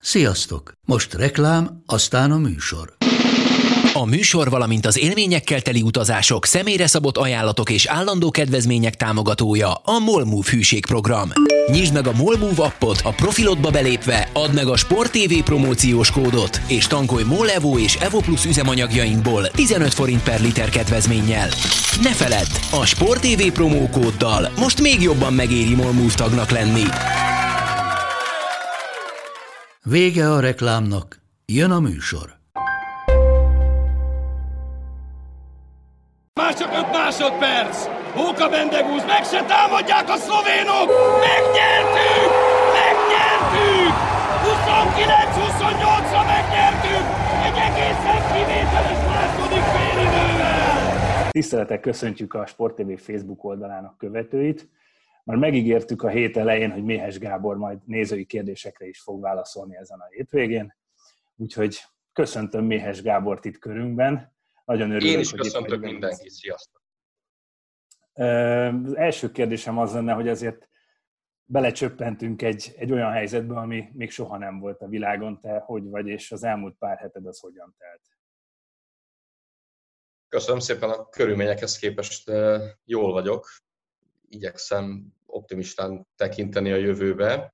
Sziasztok! Most reklám, aztán a műsor. A műsor, valamint az élményekkel teli utazások, személyre szabott ajánlatok és állandó kedvezmények támogatója a MOL Move hűségprogram. Nyisd meg a MOL Move appot, a profilodba belépve add meg a Sport TV promóciós kódot, és tankolj MOL Evo és Evo Plus üzemanyagjainkból 15 forint per liter kedvezménnyel. Ne feledd, a Sport TV promókóddal most még jobban megéri MOL Move tagnak lenni. Vége a reklámnak, jön a műsor. Már csak 5 másodperc! Hóka Bendegúz, meg se támadják a szlovénok! Megnyertük! Megnyertük! 29-28-ra megnyertük! Egy egészen kivételes második félidővel! Tiszteletek, köszöntjük a Sport TV Facebook oldalának követőit. Már megígértük a hét elején, hogy Méhes Gábor majd nézői kérdésekre is fog válaszolni ezen a hétvégén. Úgyhogy köszöntöm Méhes Gábort itt körünkben. Nagyon örülök, én is hogy köszöntök mindenkit, sziasztok! Az első kérdésem az lenne, hogy azért belecsöppentünk egy olyan helyzetbe, ami még soha nem volt a világon. Te hogy vagy, és az elmúlt pár heted az hogyan telt? Köszönöm szépen, a körülményekhez képest jól vagyok. Igyekszem optimistán tekinteni a jövőbe.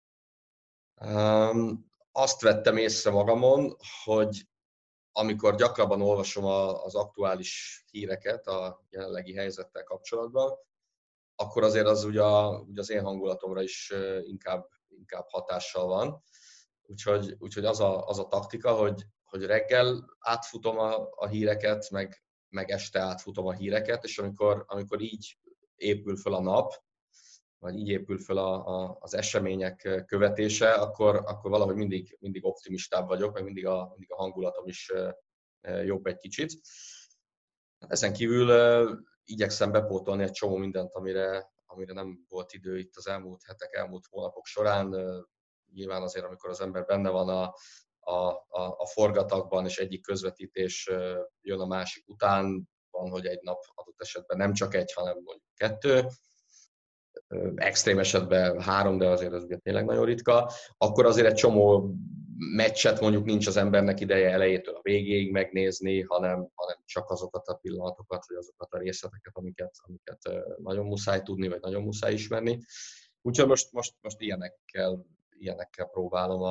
Azt vettem észre magamon, hogy amikor gyakrabban olvasom az aktuális híreket a jelenlegi helyzettel kapcsolatban, akkor azért az ugye az én hangulatomra is inkább hatással van. Úgyhogy az a taktika, hogy reggel átfutom a híreket, meg este átfutom a híreket, és amikor így épül föl a nap, vagy így épül föl az események követése, akkor valahogy mindig optimistább vagyok, meg mindig a hangulatom is jobb egy kicsit. Ezen kívül igyekszem bepótolni egy csomó mindent, amire nem volt idő itt az elmúlt hetek, elmúlt hónapok során. Nyilván azért, amikor az ember benne van a forgatagban, és egyik közvetítés jön a másik után, van, hogy egy nap adott esetben nem csak egy, hanem mondjuk 2, extrém esetben 3, de azért ez ugye tényleg nagyon ritka, akkor azért egy csomó meccset mondjuk nincs az embernek ideje elejétől a végéig megnézni, hanem csak azokat a pillanatokat, vagy azokat a részleteket, amiket nagyon muszáj tudni, vagy nagyon muszáj ismerni. Úgyhogy most ilyenekkel próbálom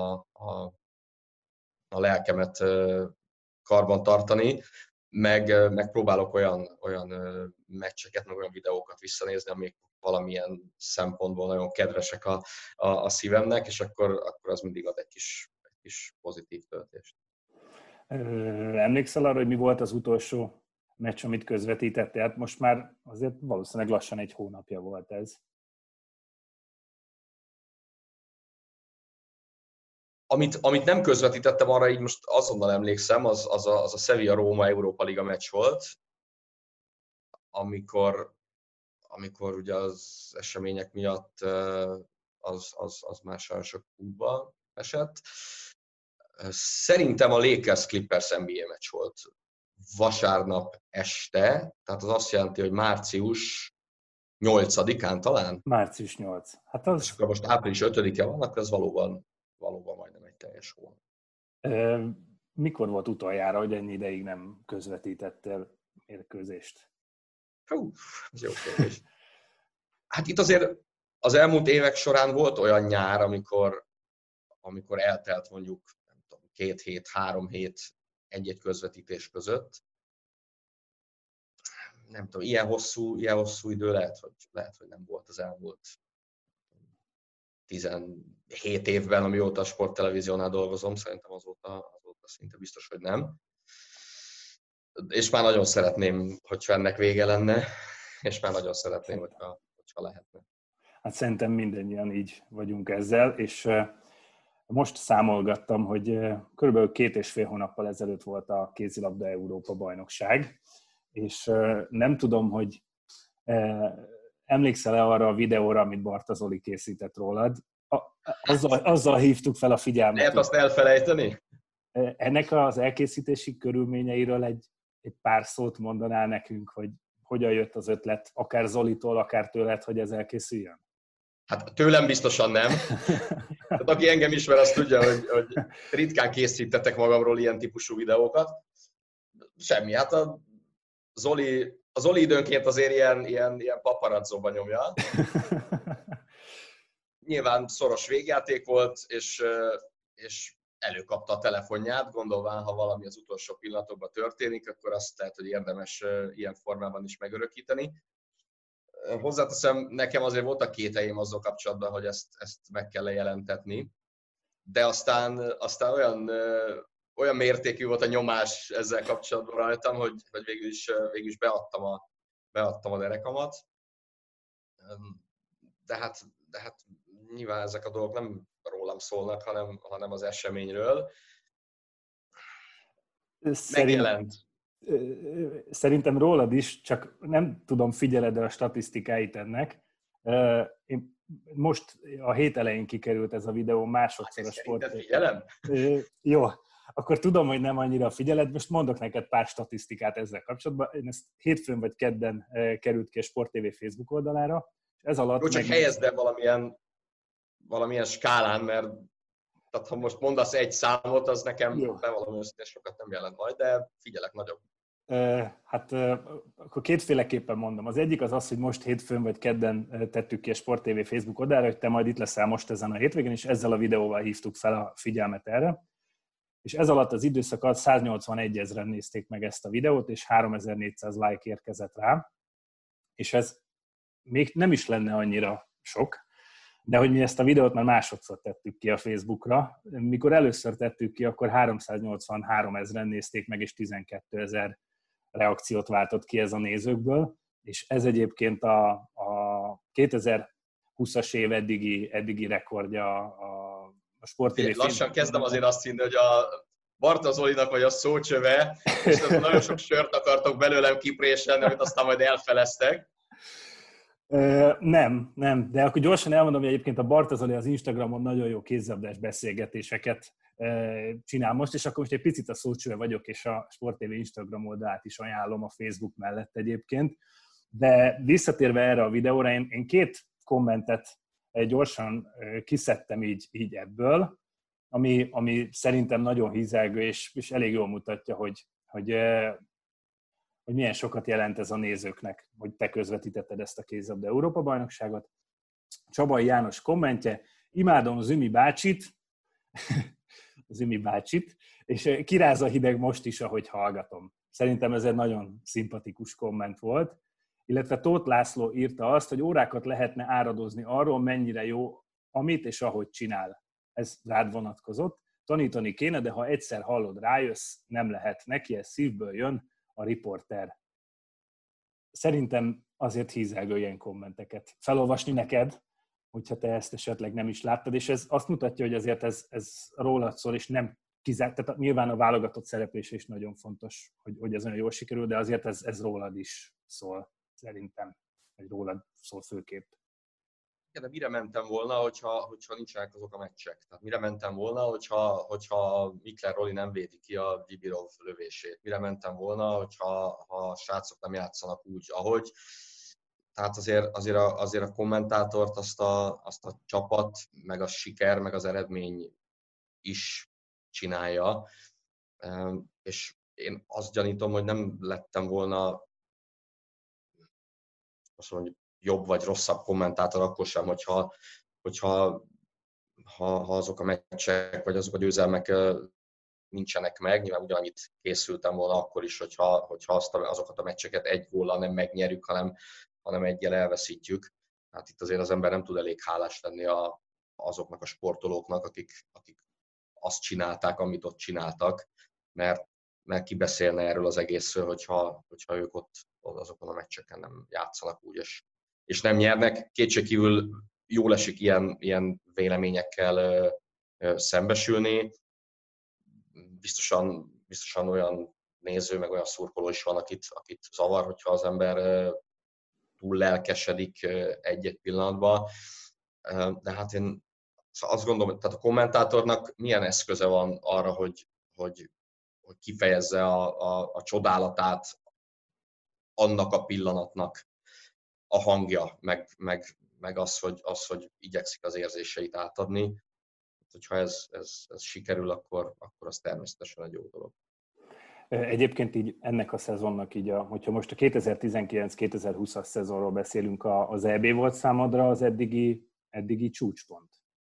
a lelkemet karban tartani, meg próbálok olyan meccseket, meg olyan videókat visszanézni, amik valamilyen szempontból nagyon kedvesek a szívemnek, és akkor az mindig ad egy kis pozitív töltést. Emlékszel arra, hogy mi volt az utolsó meccs, amit közvetítettél? Hát most már azért valószínűleg lassan egy hónapja volt ez. Amit nem közvetítettem, arra így most azonnal emlékszem, az a Sevilla-Róma Európa Liga meccs volt, amikor ugye az események miatt az már sajnos sok klubba esett. Szerintem a Lakers-Clippers NBA meccs volt vasárnap este, tehát az azt jelenti, hogy március 8-án talán? Március 8. Hát az... És akkor most április 5-e van, akkor ez valóban majdnem egy teljes hónap. Mikor volt utoljára, hogy ennyi ideig nem közvetítettél mérkőzést? Ez jó kérdés. Hát itt azért az elmúlt évek során volt olyan nyár, amikor eltelt mondjuk 2 hét, 3 hét egy-egy közvetítés között. Nem tudom, ilyen hosszú idő lehet, hogy nem volt az elmúlt 17 évben, amióta a sporttelevíziónál dolgozom, szerintem azóta szinte biztos, hogy nem. És már nagyon szeretném, hogyha ennek vége lenne, és már nagyon szeretném, hogyha lehetne. Hát szerintem mindannyian így vagyunk ezzel, és most számolgattam, hogy körülbelül 2,5 hónappal ezelőtt volt a kézilabda Európa bajnokság, és nem tudom, hogy emlékszel-e arra a videóra, amit Barta Zoli készített rólad? Azzal hívtuk fel a figyelmet. Lehet azt elfelejteni? Ennek az elkészítési körülményeiről egy pár szót mondanál nekünk, hogy hogyan jött az ötlet, akár Zolitól, akár tőled, hogy ez elkészüljön? Hát tőlem biztosan nem. Tehát aki engem ismer, az tudja, hogy ritkán készítettek magamról ilyen típusú videókat. Semmi, hát a Zoli időnként azért ilyen paparazzóba nyomja. Nyilván szoros végjáték volt, és előkapta a telefonját, gondolván, ha valami az utolsó pillanatokban történik, akkor azt lehet, hogy érdemes ilyen formában is megörökíteni. Hozzáteszem, nekem azért voltak kételjeim azzal kapcsolatban, hogy ezt meg kell jelentetni, de aztán olyan mértékű volt a nyomás ezzel kapcsolatban rajtam, hogy végül is beadtam a derekamat. De hát nyilván ezek a dolgok nem rólam szólnak, hanem az eseményről. Megjelent. Szerintem rólad is, csak nem tudom, figyeled-e a statisztikáit ennek. Én most a hét elején kikerült ez a videó, másodszor a Sport. Figyelem? Jó, akkor tudom, hogy nem annyira figyeled. Most mondok neked pár statisztikát ezzel kapcsolatban. Én ezt hétfőn vagy kedden került ki a Sport TV Facebook oldalára. Ez alatt jó, csak helyezd el valamilyen skálán, mert tehát ha most mondasz egy számot, az nekem bevallom őszintén sokat nem jelent majd, de figyelek nagyobb. Hát akkor kétféleképpen mondom. Az egyik az, hogy most hétfőn vagy kedden tettük ki a Sport TV Facebook oldalára, hogy te majd itt leszel most ezen a hétvégén, és ezzel a videóval hívtuk fel a figyelmet erre. És ez alatt az időszak alatt 181 000-en nézték meg ezt a videót, és 3400 like érkezett rá. És ez még nem is lenne annyira sok, de hogy mi ezt a videót már másodszor tettük ki a Facebookra. Mikor először tettük ki, akkor 383 000-en nézték meg, és 12 000 reakciót váltott ki ez a nézőkből, és ez egyébként a 2020-as év eddigi rekordja a Sport TV. Lassan kezdem azért azt hinni, hogy a Barta Zolinak vagy a szócsöve, és nagyon sok sört akartok belőlem kipréselni, amit aztán majd elfeleztek. Nem, de akkor gyorsan elmondom, hogy egyébként a Barta Zoli az Instagramon nagyon jó kézilabdás beszélgetéseket csinál most, és akkor most egy picit a szócsöve vagyok, és a Sport TV Instagram oldalát is ajánlom a Facebook mellett egyébként. De visszatérve erre a videóra, én két kommentet gyorsan kiszedtem így ebből, ami szerintem nagyon hízelgő, és elég jól mutatja, hogy milyen sokat jelent ez a nézőknek, hogy te közvetítetted ezt a kézilabda Európa-bajnokságot. Csabai János kommentje: imádom Zümi bácsit, és kiráz a hideg most is, ahogy hallgatom. Szerintem ez egy nagyon szimpatikus komment volt. Illetve Tóth László írta azt, hogy órákat lehetne áradozni arról, mennyire jó, amit és ahogy csinál. Ez rád vonatkozott. Tanítani kéne, de ha egyszer hallod, rájössz, nem lehet neki, ez szívből jön, a riporter. Szerintem azért hízelgő ilyen kommenteket felolvasni neked, hogyha te ezt esetleg nem is láttad, és ez azt mutatja, hogy azért ez rólad szól, és nem kizárt, tehát nyilván a válogatott szereplése is nagyon fontos, hogy ez olyan jól sikerül, de azért ez rólad is szól, szerintem, hogy rólad szól főképp. De mire mentem volna, hogyha nincsenek azok a meccsek? Tehát mire mentem volna, hogyha Mikler Roli nem védi ki a Dibirov lövését? Mire mentem volna, hogyha a srácok nem játszanak úgy, ahogy? Tehát azért a kommentátort, azt a csapat, meg a siker, meg az eredmény is csinálja. És én azt gyanítom, hogy nem lettem volna, azt mondom, jobb vagy rosszabb kommentátor akkor sem, hogyha azok a meccsek, vagy azok a győzelmek nincsenek meg. Nyilván ugyanannyit készültem volna akkor is, hogyha azokat a meccseket egy góllal nem megnyerjük, hanem egyel elveszítjük. Hát itt azért az ember nem tud elég hálás lenni azoknak a sportolóknak, akik azt csinálták, amit ott csináltak, mert kibeszélne erről az egészről, hogyha ők ott azokon a meccseken nem játszanak úgy, és nem nyernek. Kétségkívül jól esik ilyen véleményekkel szembesülni. Biztosan olyan néző, meg olyan szurkoló is van, akit zavar, hogyha az ember túl lelkesedik egy-egy pillanatban. De hát én azt gondolom, tehát a kommentátornak milyen eszköze van arra, hogy kifejezze a csodálatát annak a pillanatnak a hangja, meg meg az, hogy igyekszik az érzéseit átadni. Hogyha ez sikerül, akkor az természetesen egy jó dolog. Egyébként így ennek a szezonnak, hogyha most a 2019-2020-as szezonról beszélünk, az EB volt számodra az eddigi csúcspont?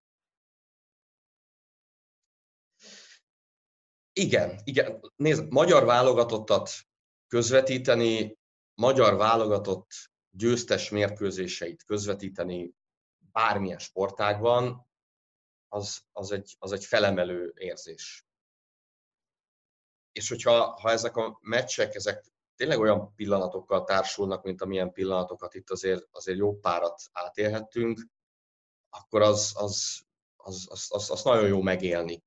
Igen. Nézd, magyar válogatottat közvetíteni, magyar válogatott győztes mérkőzéseit közvetíteni bármilyen sportágban, az egy felemelő érzés. És hogyha ezek a meccsek, ezek tényleg olyan pillanatokkal társulnak, mint amilyen pillanatokat itt azért jó párat átélhettünk, akkor az nagyon jó megélni.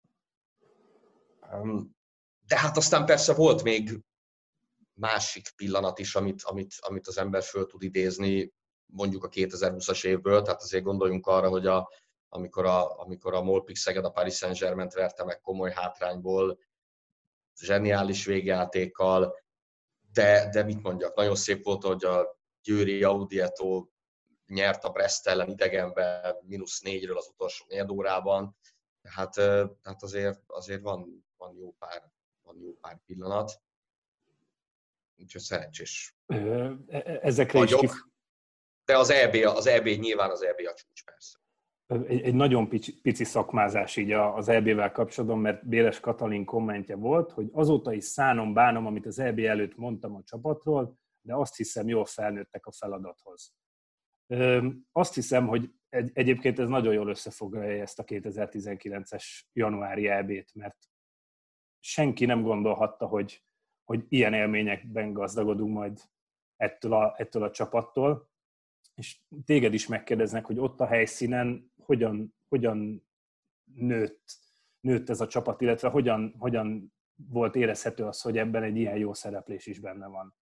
De hát aztán persze volt még másik pillanat is, amit az ember föl tud idézni, mondjuk a 2020-as évből, tehát azért gondoljunk arra, hogy amikor a Molpix Szeged a Paris Saint-Germaint verte meg komoly hátrányból, zseniális végjátékkal, de mit mondjak, nagyon szép volt, hogy a győri Audieto nyert a Brest ellen idegenben -4-ről az utolsó negyedórában, tehát azért van jó pár pillanat, úgyhogy szerencsés Ezekre vagyok. Is de az EB nyilván az EB a csúcs, persze. Egy nagyon pici szakmázás így az EB-vel kapcsolatban, mert Béles Katalin kommentje volt, hogy azóta is bánom, amit az EB előtt mondtam a csapatról, de azt hiszem, jól felnőttek a feladathoz. Azt hiszem, hogy egyébként ez nagyon jól összefoglalja ezt a 2019-es januári EB-t, mert senki nem gondolhatta, hogy ilyen élményekben gazdagodunk majd ettől a csapattól, és téged is megkérdeznek, hogy ott a helyszínen hogyan nőtt ez a csapat, illetve hogyan volt érezhető az, hogy ebben egy ilyen jó szereplés is benne van.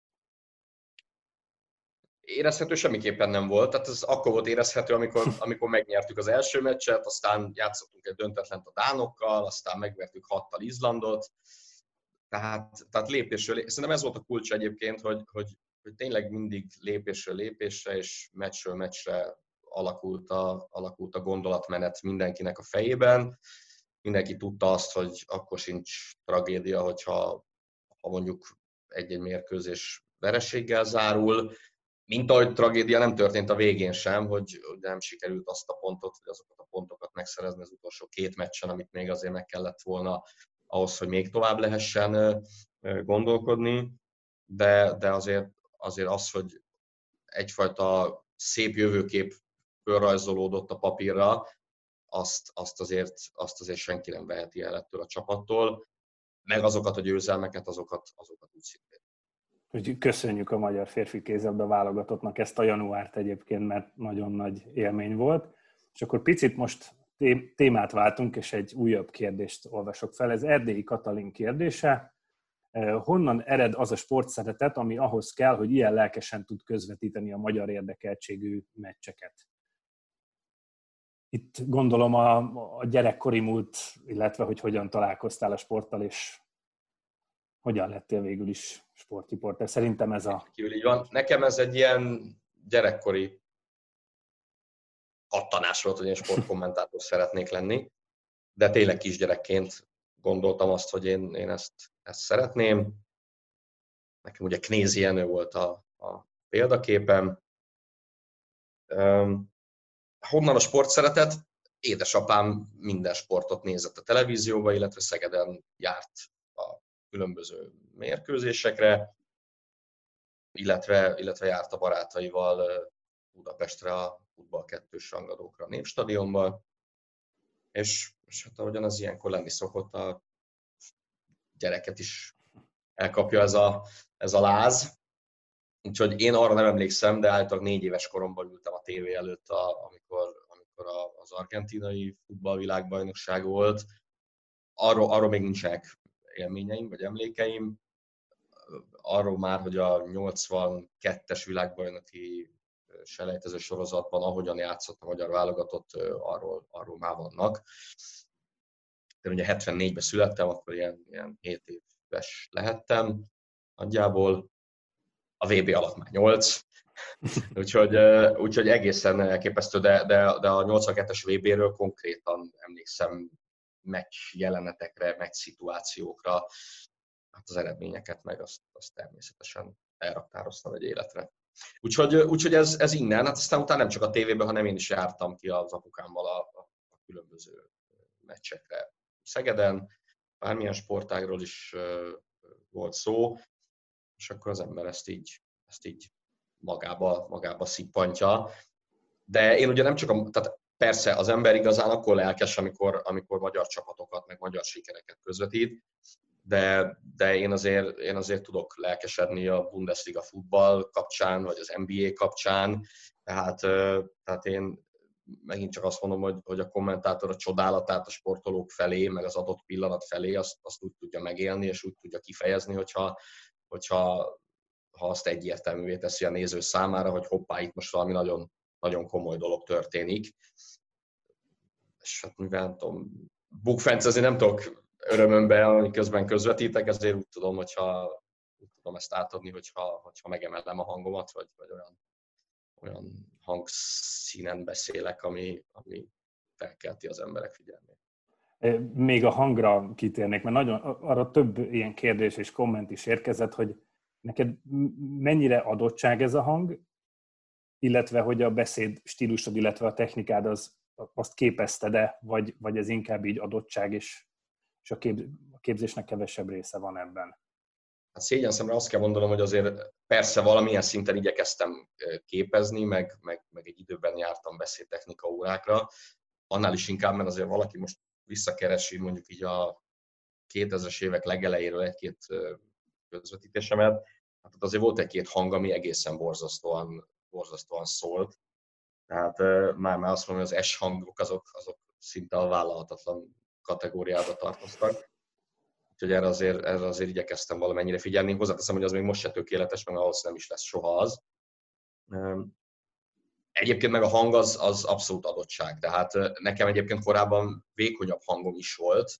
Érezhető semmiképpen nem volt, tehát ez akkor volt érezhető, amikor megnyertük az első meccset, aztán játszottunk egy döntetlent a dánokkal, aztán megvertük 6-tal Izlandot, tehát lépésről, szerintem ez volt a kulcs egyébként, hogy tényleg mindig lépésről lépésre és meccsről meccsre alakult a gondolatmenet mindenkinek a fejében. Mindenki tudta azt, hogy akkor sincs tragédia, hogyha mondjuk egy-egy mérkőzés vereséggel zárul, mint ahogy tragédia nem történt a végén sem, hogy nem sikerült azt a pontot, vagy azokat a pontokat megszerezni az utolsó 2 meccsen, amit még azért meg kellett volna ahhoz, hogy még tovább lehessen gondolkodni, de azért az, hogy egyfajta szép jövőkép fölrajzolódott a papírra, azt azért senki nem veheti el ettől a csapattól, meg azokat a győzelmeket, azokat úgy szintén. Úgyhogy köszönjük a magyar férfi kézilabda válogatottnak ezt a januárt egyébként, mert nagyon nagy élmény volt. És akkor picit most témát váltunk, és egy újabb kérdést olvasok fel. Ez Erdélyi Katalin kérdése. Honnan ered az a sportszeretet, ami ahhoz kell, hogy ilyen lelkesen tud közvetíteni a magyar érdekeltségű meccseket? Itt gondolom a gyerekkori múlt, illetve hogy hogyan találkoztál a sporttal, és hogyan lettél végül is sportriporter. Szerintem ez a... Így van. Nekem ez egy ilyen gyerekkori kattanás volt, hogy én sportkommentátor szeretnék lenni, de tényleg kisgyerekként gondoltam azt, hogy én ezt szeretném. Nekem ugye Knézi Jenő volt a példaképem. Honnan a sportszeretet? Édesapám minden sportot nézett a televízióba, illetve Szegeden járt a különböző mérkőzésekre, illetve járt a barátaival Budapestre a Futball 2-s rangadókra a Népstadionba, és hát ahogyan az ilyenkor lenni szokott, a gyereket is elkapja ez a láz. Úgyhogy én arra nem emlékszem, de általában 4 éves koromban ültem a tévé előtt, amikor az argentinai futballvilágbajnokság volt. Arról még nincsenek élményeim vagy emlékeim. Arról már, hogy a 82-es világbajnoki selejtező sorozatban, ahogyan játszott a magyar válogatott, arról már vannak. De ugye 74-ben születtem, akkor ilyen 7 éves lehettem nagyjából. a VB alatt már 8, úgyhogy egészen elképesztő, de a 82-es VB-ről konkrétan emlékszem meccs jelenetekre, meccs szituációkra, hát az eredményeket meg azt természetesen elraktároztam egy életre. Úgyhogy ez innen, hát aztán utána nem csak a tévében, hanem én is jártam ki az apukámmal a különböző meccsekre Szegeden, bármilyen sportágról is volt szó, és akkor az ember ezt így magába szippantja. De én ugye nem csak, tehát persze az ember igazán akkor lelkes, amikor magyar csapatokat, meg magyar sikereket közvetít, de én azért tudok lelkesedni a Bundesliga futball kapcsán, vagy az NBA kapcsán, tehát én megint csak azt mondom, hogy a kommentátor a csodálatát a sportolók felé, meg az adott pillanat felé azt úgy tudja megélni, és úgy tudja kifejezni, hogyha azt egyértelművé teszi a néző számára, hogy hoppá, itt most valami nagyon, nagyon komoly dolog történik. És hát mivel nem tudom, bukfencezni nem tudok örömömbe, amiközben közvetítek, ezért úgy tudom, úgy tudom ezt átadni, hogyha megemelem a hangomat, vagy olyan hangszínen beszélek, ami felkelti az emberek figyelmét. Még a hangra kitérnék, mert nagyon arra több ilyen kérdés és komment is érkezett, hogy neked mennyire adottság ez a hang, illetve hogy a beszéd stílusod, illetve a technikád azt képezted-e, vagy ez inkább így adottság, és a képzésnek kevesebb része van ebben? Hát szégyenszemre azt kell mondanom, hogy azért persze valamilyen szinten igyekeztem képezni, meg egy időben jártam beszédtechnika órákra, annál is inkább, mert azért valaki most visszakeresi mondjuk így a 2000-es évek legelejéről egy-két közvetítésemet, hát azért volt egy-két hang, ami egészen borzasztóan szólt. Tehát már azt mondom, hogy az S hangok azok szinte a vállalhatatlan kategóriába tartoztak. Úgyhogy erre azért igyekeztem valamennyire figyelni. Hozzáteszem, hogy az még most se tökéletes, meg ahhoz nem is lesz soha az. Egyébként meg a hang az abszolút adottság. Tehát nekem egyébként korábban vékonyabb hangom is volt,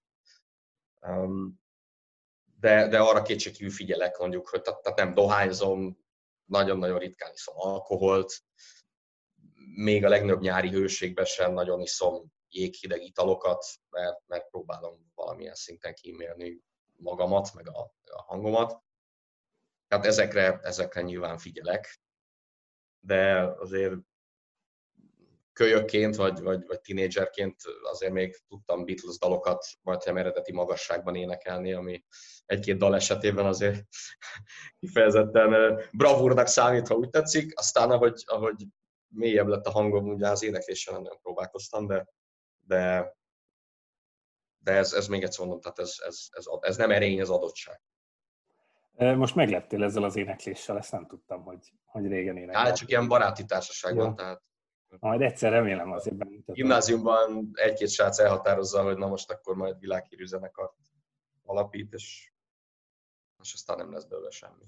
de arra kétségkívül figyelek, mondjuk, hogy tehát nem dohányzom, nagyon-nagyon ritkán iszom alkoholt, még a legnagyobb nyári hőségben sem nagyon iszom jéghideg italokat, mert próbálom valamilyen szinten kímélni magamat, meg a hangomat. Tehát ezekre nyilván figyelek, de azért kölyökként vagy tínédzserként azért még tudtam Beatles dalokat majdnem eredeti magasságban énekelni, ami egy-két dal esetében azért kifejezetten bravúrnak számít, ha úgy tetszik. Aztán, ahogy mélyebb lett a hangom, ugye az énekléssel nem próbálkoztam, de ez még egyszer mondom, tehát ez nem erény, ez adottság. Most megleptél ezzel az énekléssel, ezt nem tudtam, hogy régen énekeltem. Hát csak ilyen baráti társaságban, tehát... Majd egyszer remélem azért bemutatom. Gimnáziumban egy-két srác elhatározza, hogy na most akkor majd világhírű zenekart alapít, és aztán nem lesz belőle semmi.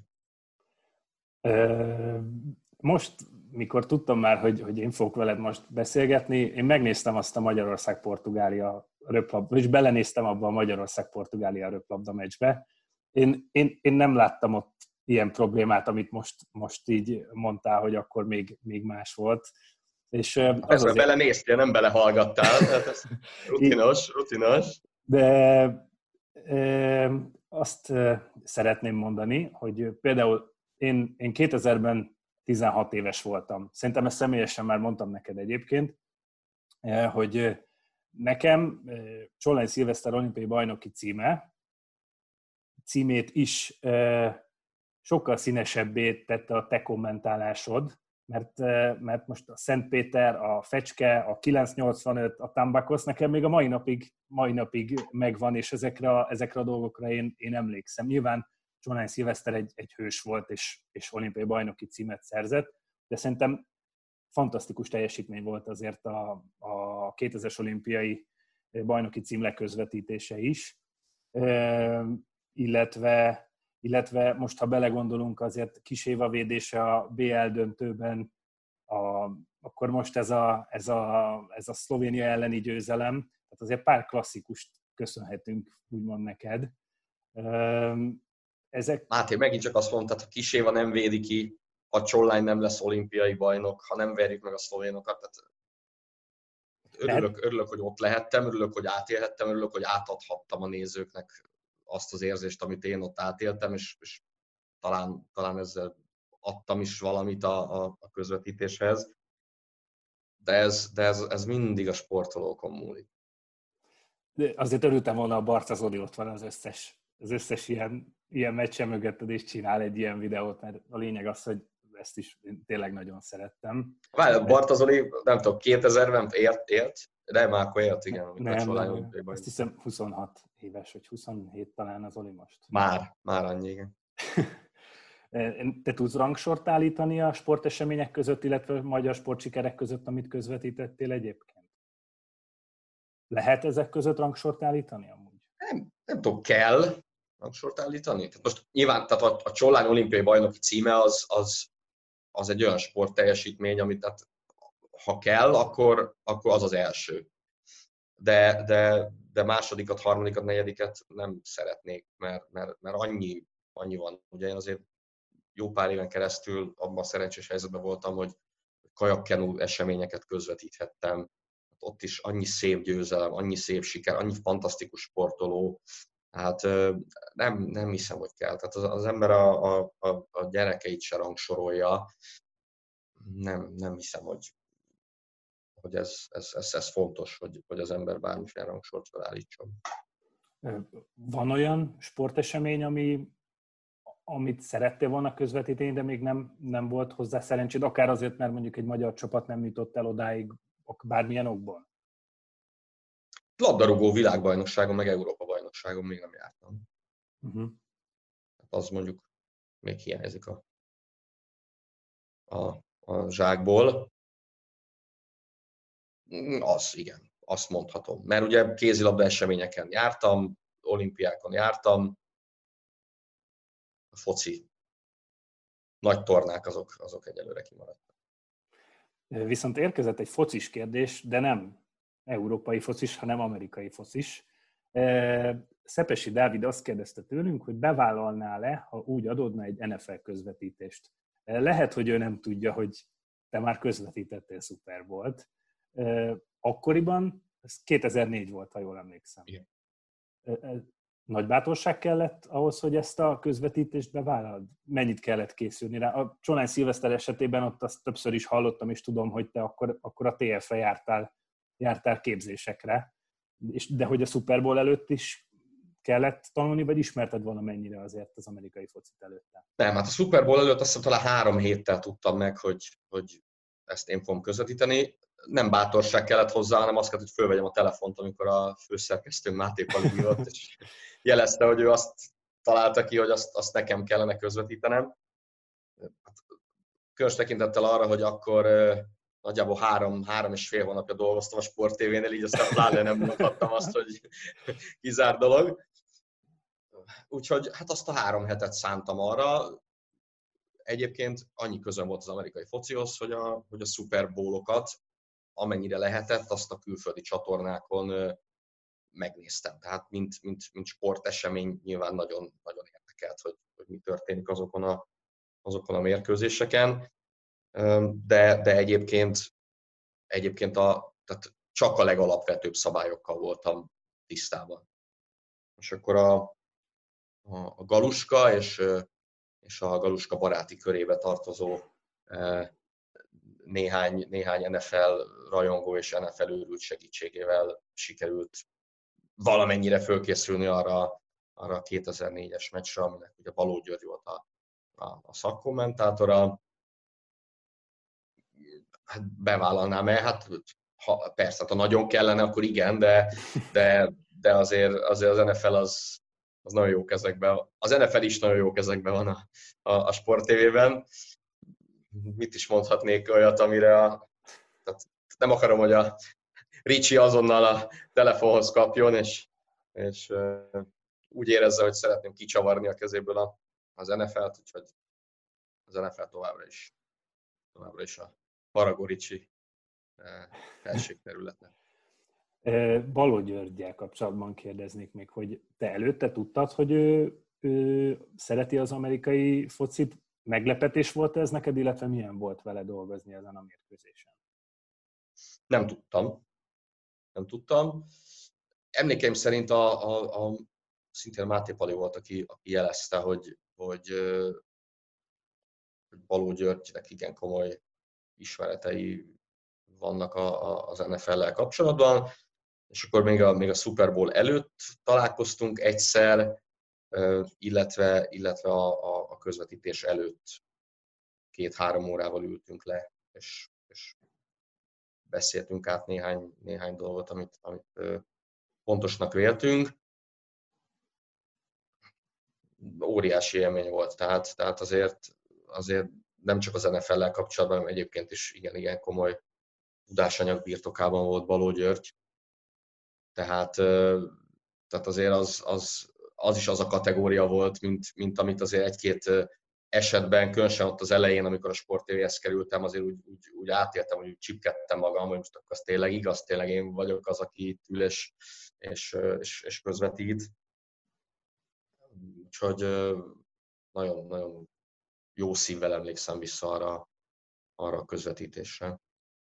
Most, mikor tudtam már, hogy én fogok veled most beszélgetni, én megnéztem azt a Magyarország-Portugália röplabda, és belenéztem abba a Magyarország-Portugália röplabda meccsbe. Én nem láttam ott ilyen problémát, amit most így mondtál, hogy akkor még más volt. És ezzel belenéztél, nem belehallgattál, tehát ez rutinos. De azt szeretném mondani, hogy például én 2000-ben 16 éves voltam. Szerintem ezt személyesen már mondtam neked egyébként, hogy nekem Csolnay Szilveszter olimpiai bajnoki címét is sokkal színesebbé tette a te kommentálásod, mert most a Szentpéter, a Fecske, a 985, a Tambacosz nekem még a mai napig megvan, és ezekre a dolgokra én emlékszem. Nyilván Csolnay Szilveszter egy hős volt, és olimpiai bajnoki címet szerzett, de szerintem fantasztikus teljesítmény volt azért a 2000-es olimpiai bajnoki cím leközvetítése is, illetve most, ha belegondolunk, azért Kis Éva védése a BL döntőben, akkor most ez a Szlovénia elleni győzelem, tehát azért pár klasszikust köszönhetünk, úgymond neked. Máté, megint csak azt mondtad, ha Kis Éva nem védi ki, ha Csollány nem lesz olimpiai bajnok, ha nem verjük meg a szlovénokat, tehát örülök, hogy ott lehettem, örülök, hogy átélhettem, örülök, hogy átadhattam a nézőknek azt az érzést, amit én ott átéltem, és talán ezzel adtam is valamit a közvetítéshez. De ez mindig a sportolókon múlik. De azért örültem volna, a Barca Zoli ott van az összes ilyen meccse mögötted, és csinál egy ilyen videót, mert a lényeg az, hogy ezt is én tényleg nagyon szerettem. Várj, Barca Zoli, nem tudom, 2000-ben élt? De már akkor élt, igen. Nem, azt hiszem 26 éves, vagy 27 talán az Oli most. Már annyi, igen. Te tudsz rangsort állítani a sportesemények között, illetve magyar sportsikerek között, amit közvetítettél egyébként? Lehet ezek között rangsort állítani amúgy? Nem tudom, kell rangsort állítani? Tehát most nyilván tehát a Csollány olimpiai bajnoki címe az egy olyan sportteljesítmény, amit tehát, ha kell, akkor az az első. De másodikat, harmadikat, negyediket nem szeretnék, mert annyi van. Ugye én azért jó pár éven keresztül abban a szerencsés helyzetben voltam, hogy kajakkenu eseményeket közvetíthettem. Ott is annyi szép győzelem, annyi szép siker, annyi fantasztikus sportoló. Hát nem hiszem, hogy kell. Tehát az ember a gyerekeit se rangsorolja. Nem hiszem, hogy ez fontos, hogy az ember bármiféle rangsort felállítson. Van olyan sportesemény, amit szerettél volna közvetíteni, de még nem volt hozzá szerencséd, akár azért, mert mondjuk egy magyar csapat nem jutott el odáig, bármilyen okból? Labdarúgó világbajnokságon, meg Európa-bajnokságon még nem jártam. Az mondjuk még hiányzik a zsákból. Igen, azt mondhatom. Mert ugye kézilabda eseményeken jártam, olimpiákon jártam, a foci nagy tornák azok egyelőre kimaradtak. Viszont érkezett egy focis kérdés, de nem európai focis, hanem amerikai focis. Szepesi Dávid azt kérdezte tőlünk, hogy bevállalnál-e, ha úgy adódna egy NFL közvetítést. Lehet, hogy ő nem tudja, hogy te már közvetítettél Super Bowl-t. Akkoriban, ez 2004 volt, ha jól emlékszem. Igen. Nagy bátorság kellett ahhoz, hogy ezt a közvetítést bevállalod? Mennyit kellett készülni rá? A Csollány Szilveszter esetében ott azt többször is hallottam, és tudom, hogy te akkor a TF-re jártál képzésekre. De hogy a Super Bowl előtt is kellett tanulni, vagy ismerted volna mennyire azért az amerikai focit előtte? Nem, hát a Super Bowl előtt azt hiszem talán 3 héttel tudtam meg, hogy ezt én fogom közvetíteni. Nem bátorság kellett hozzá, hanem azt kellett, hogy fölvegyem a telefont, amikor a főszerkesztőnk Máté Pali hívott, és jelezte, hogy ő azt találta ki, hogy azt nekem kellene közvetítenem. Különös tekintettel arra, hogy akkor nagyjából 3,5 hónapja dolgoztam a Sport TV-nél, így aztán pláne nem mondhattam azt, hogy kizárt dolog. Úgyhogy hát azt a 3 hetet szántam arra. Egyébként annyi közön volt az amerikai focihoz, hogy a Super Bowl-okat, amennyire lehetett, azt a külföldi csatornákon megnéztem. Tehát mint sportesemény nyilván nagyon, nagyon érdekelt, hogy mi történik azokon a mérkőzéseken. De egyébként tehát csak a legalapvetőbb szabályokkal voltam tisztában. És akkor a Galuska és a Galuska baráti körébe tartozó néhány NFL rajongó és NFL őrült segítségével sikerült valamennyire fölkészülni arra a 2004-es meccsre, aminek ugye Baló György volt a szakkommentátora. Hát bevállalnám-e? Hát persze, ha nagyon kellene, akkor igen, de azért az NFL az nagyon jó kezekben. Az NFL is nagyon jó kezekben van a Sport TV-ben. Mit is mondhatnék olyat, amire tehát nem akarom, hogy a Ricsi azonnal a telefonhoz kapjon, és úgy érezze, hogy szeretném kicsavarni a kezéből az NFL-t, úgyhogy az NFL továbbra is a Faragó Ricsi felségterületnek. Baló Györggyel kapcsolatban kérdeznék még, hogy te előtte tudtad, hogy ő ő szereti az amerikai focit. Meglepetés volt ez neked, illetve milyen volt vele dolgozni ezen a mérkőzésen? Nem tudtam. Emlékeim szerint szintén Máté Pali volt, aki jelezte, hogy Baló Györgynek igen komoly ismeretei vannak az NFL-lel kapcsolatban, és akkor még a Super Bowl előtt találkoztunk egyszer, illetve a közvetítés előtt 2-3 órával ültünk le, és beszéltünk át néhány dolgot, amit fontosnak véltünk. Óriási élmény volt, tehát azért nem csak az NFL-lel kapcsolatban, hanem egyébként is igen komoly tudásanyag birtokában volt Baló György. Tehát azért az is az a kategória volt, mint amit azért egy-két esetben, különösen ott az elején, amikor a Sport TV-hez kerültem, azért úgy átéltem, hogy úgy csipkedtem magam, hogy most akkor az tényleg igaz, tényleg én vagyok az, aki itt ül és közvetít. Úgyhogy nagyon, nagyon jó szívvel emlékszem vissza arra a közvetítésre.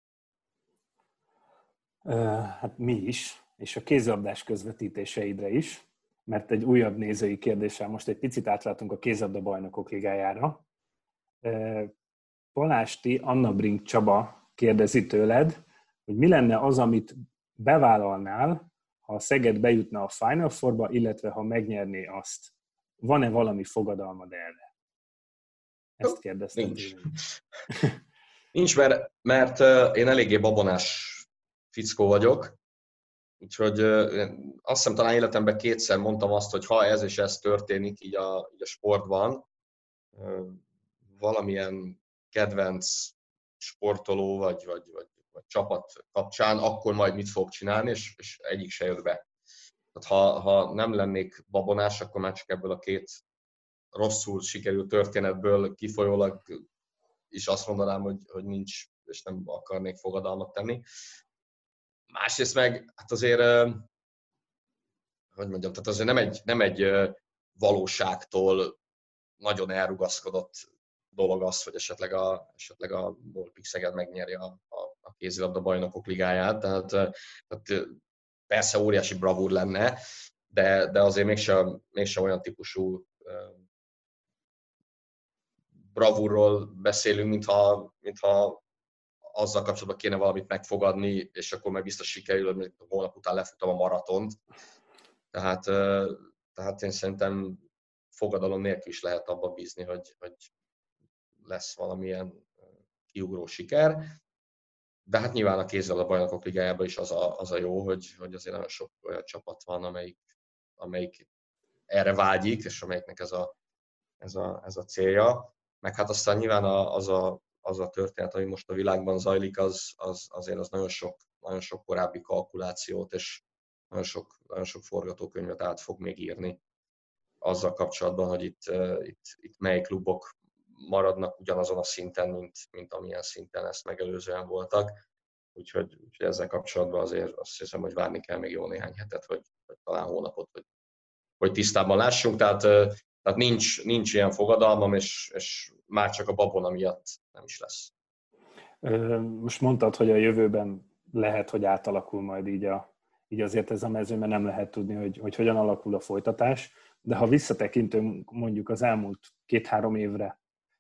Hát mi is, és a kézilabdás közvetítéseidre is, mert egy újabb nézői kérdéssel most egy picit átlátunk a kézilabda bajnokok ligájára. Palásti Anna Brink Csaba kérdezi tőled, hogy mi lenne az, amit bevállalnál, ha a Szeged bejutna a Final Fourba, illetve ha megnyerné azt. Van-e valami fogadalmad erre? Ezt kérdeztem. Nincs, mert én eléggé babonás fickó vagyok, úgyhogy azt hiszem talán életemben 2-szer mondtam azt, hogy ha ez és ez történik így a sportban, valamilyen kedvenc sportoló vagy csapat kapcsán, akkor majd mit fog csinálni, és egyik se jött be. Tehát ha nem lennék babonás, akkor már csak ebből a 2 rosszul sikerült történetből kifolyólag is azt mondanám, hogy nincs, és nem akarnék fogadalmat tenni. Másrészt meg, hát azért, hogy mondjam, tehát azért nem egy valóságtól nagyon elrugaszkodott dolog az, hogy esetleg a Molpik Szeged megnyeri a kézilabda bajnokok ligáját. Tehát persze óriási bravúr lenne, de azért mégsem olyan típusú bravúrról beszélünk, mintha azzal kapcsolatban kéne valamit megfogadni, és akkor meg biztos sikerül, hogy holnap után lefutam a maratont. Tehát én szerintem fogadalom nélkül is lehet abban bízni, hogy lesz valamilyen kiugró siker. De hát nyilván a kézilabda bajnokok ligájában is az a jó, hogy azért nagyon sok olyan csapat van, amelyik erre vágyik, és amelyiknek ez a célja. Meg hát aztán nyilván az a történet, ami most a világban zajlik, azért nagyon sok korábbi kalkulációt és nagyon sok forgatókönyvet át fog még írni azzal kapcsolatban, hogy itt mely klubok maradnak ugyanazon a szinten, mint amilyen szinten ezt megelőzően voltak. Úgyhogy ezzel kapcsolatban azért azt hiszem, hogy várni kell még jó néhány hetet, vagy talán hónapot, hogy tisztában lássunk. Tehát nincs ilyen fogadalmam, és már csak a babona miatt nem is lesz. Most mondtad, hogy a jövőben lehet, hogy átalakul majd így azért ez a mező, mert nem lehet tudni, hogy hogyan alakul a folytatás. De ha visszatekintünk mondjuk az elmúlt 2-3 évre,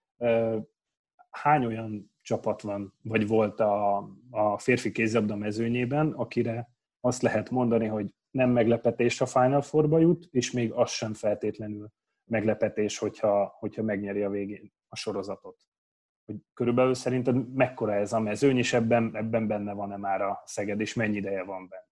hány olyan csapat van, vagy volt a férfi kézilabda mezőnyében, akire azt lehet mondani, hogy nem meglepetés a Final Fourba jut, és még az sem feltétlenül meglepetés, hogyha megnyeri a végén a sorozatot. Hogy körülbelül szerinted mekkora ez a mezőny, és ebben benne van-e már a Szeged, és mennyi ideje van bent?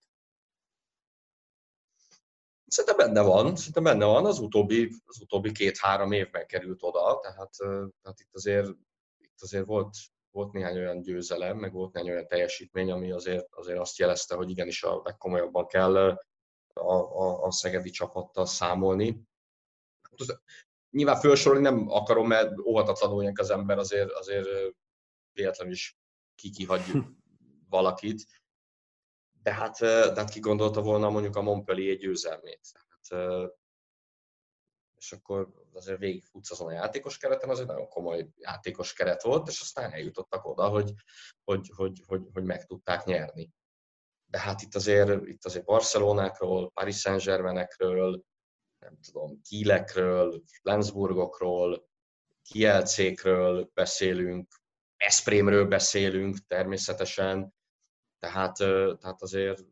Szerintem benne van. Az utóbbi 2-3 évben került oda, tehát itt azért volt néhány olyan győzelem, meg volt néhány olyan teljesítmény, ami azért azt jelezte, hogy igenis a legkomolyabban kell a szegedi csapattal számolni. Nyilván felsorolni nem akarom, mert óhatatlanul ilyenek az ember azért véletlenül is kihagy valakit. De hát ki gondolta volna mondjuk a Montpellier győzelmét. és akkor azért végigfutsz azon a játékos kereten, az egy nagyon komoly játékos keret volt, és aztán eljutottak oda, hogy meg tudták nyerni. De hát itt azért Barcelonákról, Paris Saint-Germainekről, nem tudom, Kielekről, Flensburgokról, Kielcékről beszélünk, Veszprémről beszélünk természetesen, tehát azért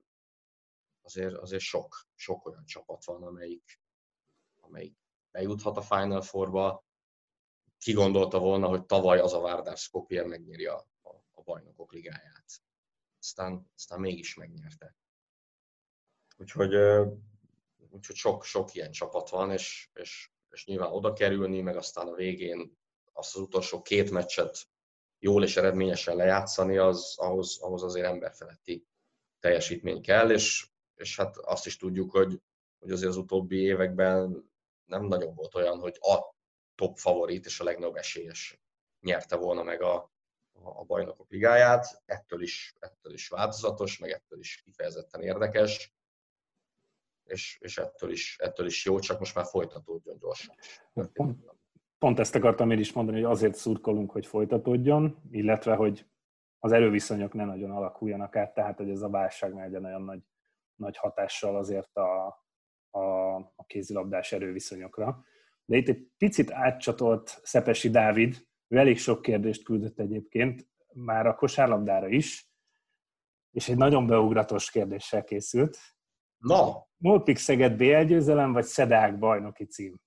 sok olyan csapat van, amelyik bejuthat a Final Fourba. Ki gondolta volna, hogy tavaly az a Vardar Skopje megnyeri a bajnokok ligáját. Aztán mégis megnyerte. Úgyhogy sok ilyen csapat van, és nyilván oda kerülni, meg aztán a végén azt az utolsó 2 meccset jól és eredményesen lejátszani, ahhoz azért emberfeletti teljesítmény kell, és hát azt is tudjuk, hogy azért az utóbbi években nem nagyon volt olyan, hogy a top favorit és a legnagyobb esélyes nyerte volna meg a bajnokok ligáját. Ettől is változatos, meg ettől is kifejezetten érdekes, és ettől is jó, csak most már folytatódjon gyorsan. Pont ezt akartam én is mondani, hogy azért szurkolunk, hogy folytatódjon, illetve, hogy az erőviszonyok ne nagyon alakuljanak át, tehát, hogy ez a válság ne legyen olyan nagy hatással azért a kézilabdás erőviszonyokra. De itt egy picit átcsatolt Szepesi Dávid, ő elég sok kérdést küldött egyébként, már a kosárlabdára is, és egy nagyon beugratos kérdéssel készült. Na! Molpik Szeged BL győzelem, vagy SZEDEÁK bajnoki cím?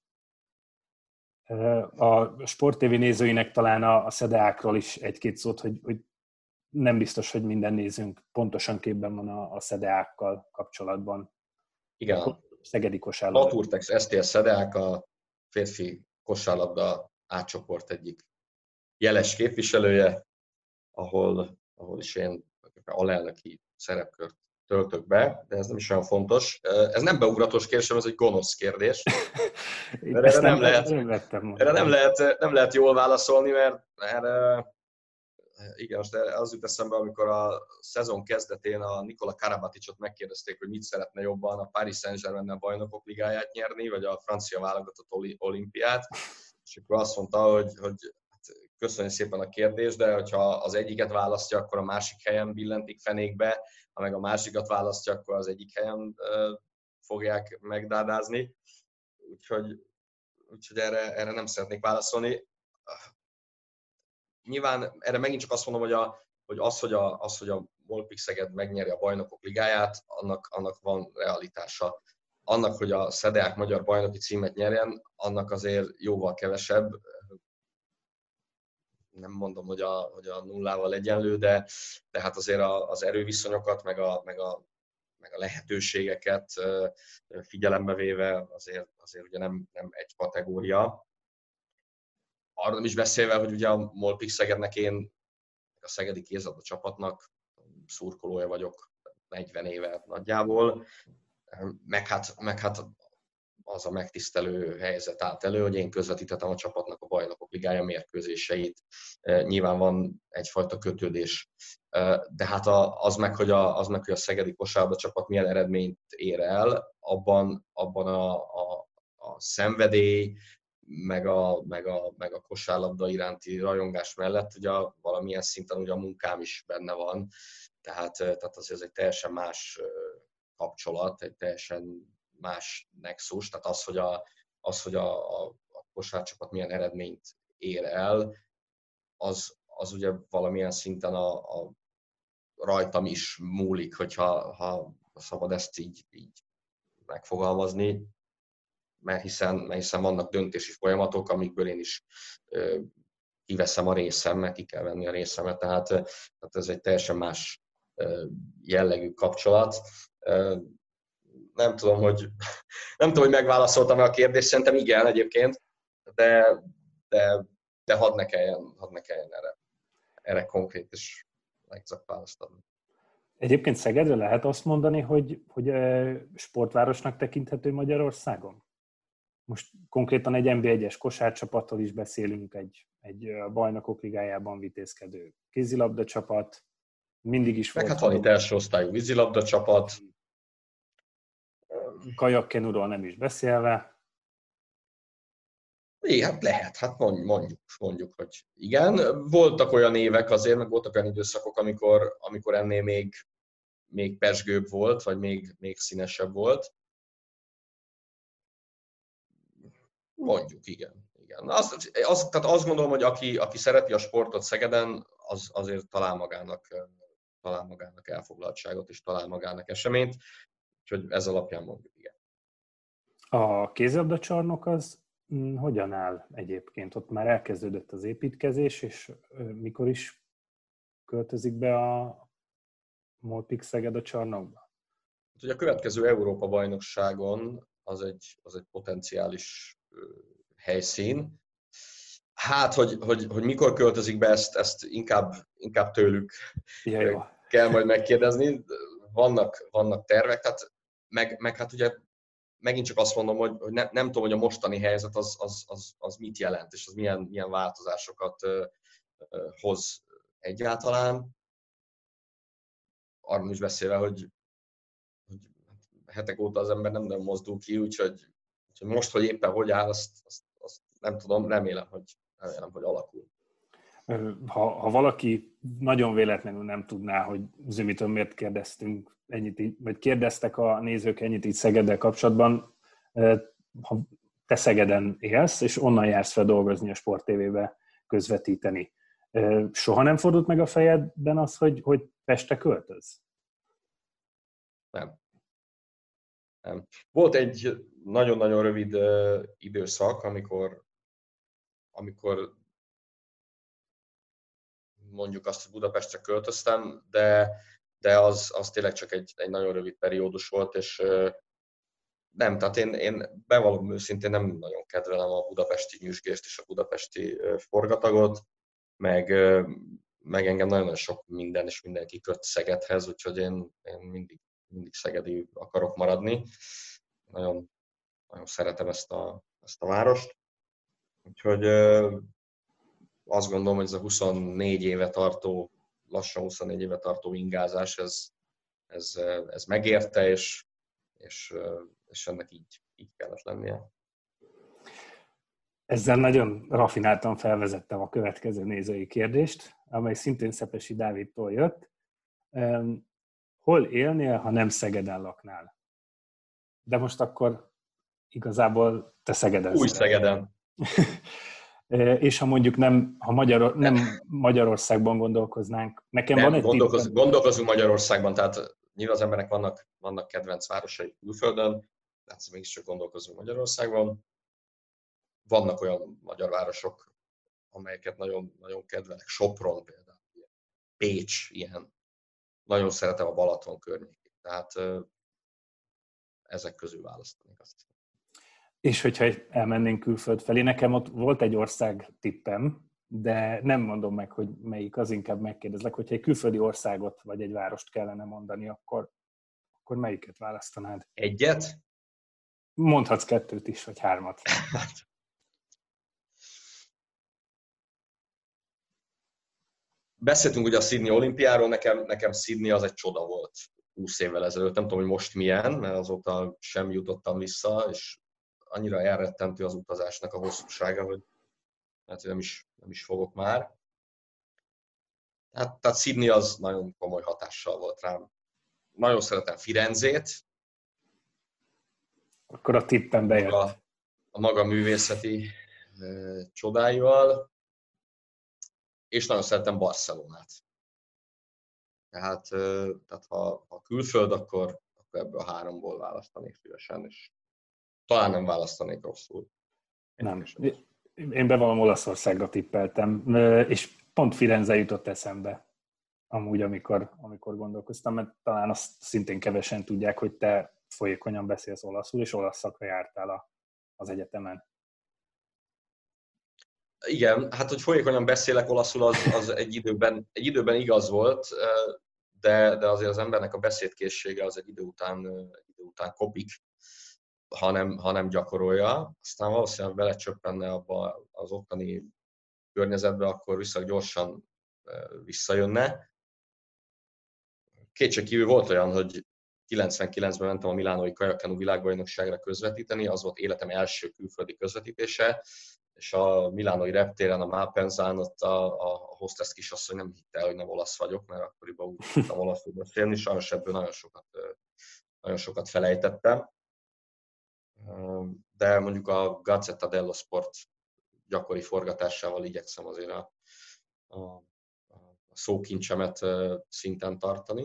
A Sport TV nézőinek talán a SZEDEÁKról is egy-két szót, hogy nem biztos, hogy minden nézőnk pontosan képben van a SZEDEÁKkkal kapcsolatban. Igen. A szegedi kosárlabda. Naturtex STS SZEDEÁK a férfi kosárlabda átcsoport egyik jeles képviselője, ahol is én alelnöki szerepkört töltök be, de ez nem is olyan fontos. Ez nem beugratos kérdés, ez egy gonosz kérdés. Erre nem lehet jól válaszolni, mert igen, most az jut eszembe, amikor a szezon kezdetén a Nikola Karabaticot megkérdezték, hogy mit szeretne jobban, a Paris Saint-Germain bajnokok ligáját nyerni, vagy a francia válogatott olimpiát, és akkor azt mondta, hogy köszönjük szépen a kérdést, de hogyha az egyiket választja, akkor a másik helyen billentik fenékbe, ha meg a másikat választja, akkor az egyik helyen fogják megdádázni. Úgyhogy erre nem szeretnék válaszolni. Nyilván erre megint csak azt mondom, hogy az, hogy a Molpik Szeged megnyeri a bajnokok ligáját, annak van realitása. Annak, hogy a SZEDEÁK magyar bajnoki címet nyerjen, annak azért jóval kevesebb. Nem mondom, hogy a nullával egyenlő, de hát azért az erőviszonyokat, meg a lehetőségeket figyelembe véve azért ugye nem egy kategória. Arra nem is beszélve, hogy ugye a Molpik Szegednek én a szegedi kézilabda csapatnak szurkolója vagyok 40 éve nagyjából, meg hát az a megtisztelő helyzet állt elő, hogy én közvetítettem a csapatnak a bajnokok ligája mérkőzéseit. Nyilván van egyfajta kötődés. De hát az meg, hogy a szegedi kosárlabda csapat milyen eredményt ér el, abban a szenvedély, meg a kosárlabda iránti rajongás mellett ugye valamilyen szinten ugye a munkám is benne van. Tehát azért ez egy teljesen más kapcsolat, egy teljesen más nexus, tehát az, hogy a kosárcsapat milyen eredményt ér el, az ugye valamilyen szinten a rajtam is múlik, hogyha szabad ezt így megfogalmazni, mert hiszen vannak döntési folyamatok, amikből én is kiveszem a részemet, ki kell venni a részemet, tehát ez egy teljesen más jellegű kapcsolat. Nem tudom, hogy megválaszoltam-e a kérdést, szerintem igen egyébként, de hadd ne kelljen erre konkrét és exakt választ adni. Egyébként Szegedre lehet azt mondani, hogy sportvárosnak tekinthető Magyarországon? Most konkrétan egy NB1-es kosárcsapattal is beszélünk, egy bajnokok ligájában vitézkedő kézilabda csapat, mindig is volt. Meg hát van itt első osztályú vízilabda csapat. Kajakkenúról nem is beszélve. Hát lehet, hát mondjuk, hogy igen. Voltak olyan évek azért, meg voltak olyan időszakok, amikor ennél még pezsgőbb volt, vagy még színesebb volt. Mondjuk, igen. Tehát azt gondolom, hogy aki szereti a sportot Szegeden, az azért talál magának elfoglaltságot, és talál magának eseményt. Úgyhogy ez alapján mondjuk, igen. A kézilabdacsarnok az hogyan áll egyébként? Ott már elkezdődött az építkezés, és mikor is költözik be a MOL-Pix Szeged a csarnokba? Ugye a következő Európa-bajnokságon az egy potenciális helyszín. Hát, hogy mikor költözik be, ezt inkább tőlük kell majd megkérdezni. Vannak tervek, tehát meg hát ugye megint csak azt mondom, hogy nem tudom, hogy a mostani helyzet az mit jelent, és az milyen változásokat hoz egyáltalán. Arról is beszélve, hogy hetek óta az ember nem mozdul ki, úgyhogy most, hogy éppen hogy áll, azt nem tudom, remélem, hogy alakul. Ha valaki nagyon véletlenül nem tudná, hogy Zümitől miért kérdeztünk ennyit, vagy kérdeztek a nézők ennyit így Szegeddel kapcsolatban, ha te Szegeden élsz, és onnan jársz fel dolgozni a Sport TV-be közvetíteni, soha nem fordult meg a fejedben az, hogy Pestre költöz? Nem. Volt egy nagyon-nagyon rövid időszak, amikor mondjuk azt, hogy Budapestre költöztem, de az tényleg csak egy nagyon rövid periódus volt, és nem, tehát én bevallom őszintén nem nagyon kedvelem a budapesti nyüzsgést és a budapesti forgatagot, meg engem nagyon sok minden és mindenki köt Szegedhez, úgyhogy én mindig szegedi akarok maradni. Nagyon szeretem ezt a várost. Úgyhogy azt gondolom, hogy ez a 24 éve tartó, lassan 24 éve tartó ingázás, ez megérte, és ennek így kellett lennie. Ezzel nagyon rafináltan felvezettem a következő nézői kérdést, amely szintén Szepesi Dávidtól jött. Hol élnél, ha nem Szegeden laknál? De most akkor igazából te Szegeden. Új Szegeden. És ha mondjuk nem Magyarországban gondolkoznánk, gondolkozunk Magyarországban, tehát nyilván az embernek vannak kedvenc városai külföldön, tehát mégiscsak gondolkozunk Magyarországban. Vannak olyan magyar városok, amelyeket nagyon, nagyon kedvelek. Sopron például, Pécs ilyen. Nagyon szeretem a Balaton környékét, tehát ezek közül választanék azt. És hogyha elmennénk külföld felé, nekem ott volt egy ország tippem, de nem mondom meg, hogy melyik, az inkább megkérdezlek, hogyha egy külföldi országot vagy egy várost kellene mondani, akkor melyiket választanád? Egyet? Mondhatsz 2 is, vagy 3. Beszéltünk ugye a Sydney olimpiáról, nekem Sydney az egy csoda volt 20 évvel ezelőtt. Nem tudom, hogy most milyen, mert azóta sem jutottam vissza, és annyira elrettentő az utazásnak a hosszúsága, hogy hát nem is fogok már. Tehát Sydney az nagyon komoly hatással volt rám. Nagyon szeretem Firenzét. Akkor a tippen bejött. A maga művészeti csodáival. És nagyon szeretem Barcelonát. Tehát ha külföld, akkor ebből a 3-ból választanék szívesen, és talán nem választanék rosszul. Nem. Én bevallom, Olaszországra tippeltem, és pont Firenze jutott eszembe, amúgy, amikor gondolkoztam, mert talán azt szintén kevesen tudják, hogy te folyékonyan beszélsz olaszul, és olasz szakra jártál az egyetemen. Igen, hát hogy folyékonyan beszélek olaszul, az egy időben igaz volt, de azért az embernek a beszédkészsége az egy idő után kopik, ha nem gyakorolja. Aztán valószínűleg belecsöppenne abba az ottani környezetbe, akkor viszonylag gyorsan visszajönne. Kétségkívül volt olyan, hogy 99-ben mentem a milánói kajakenu világbajnokságra közvetíteni, az volt életem első külföldi közvetítése, és a milánói reptéren, a Malpenzán ott a hostess kisasszony nem hitte el, hogy nem olasz vagyok, mert akkoriban úgy tudtam olaszul beszélni, sajnos ebből nagyon sokat felejtettem. De mondjuk a Gazzetta dello Sport gyakori forgatásával igyekszem azért a szókincsemet szinten tartani.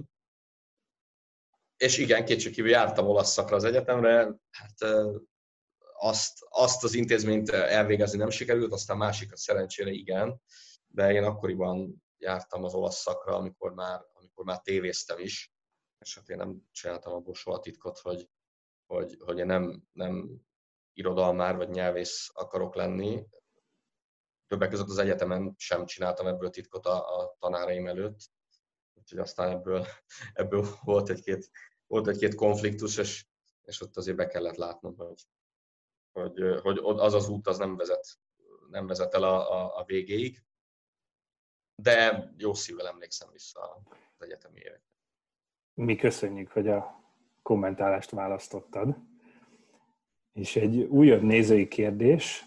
És igen, kétségkívül jártam olasz szakra az egyetemre, hát azt az intézményt elvégezni nem sikerült, aztán másikat szerencsére igen, de én akkoriban jártam az olasz szakra, amikor már tévéztem is, és hát én nem csináltam abból soha titkot, hogy én nem irodalmár vagy nyelvész akarok lenni. Többek között az egyetemen sem csináltam ebből titkot a tanáraim előtt, úgyhogy aztán ebből volt egy-két konfliktus, és ott azért be kellett látnom, hogy az az út az nem vezet el a végéig. De jó szívvel emlékszem vissza az egyetemi évekre. Mi köszönjük, hogy a kommentálást választottad. És egy újabb nézői kérdés.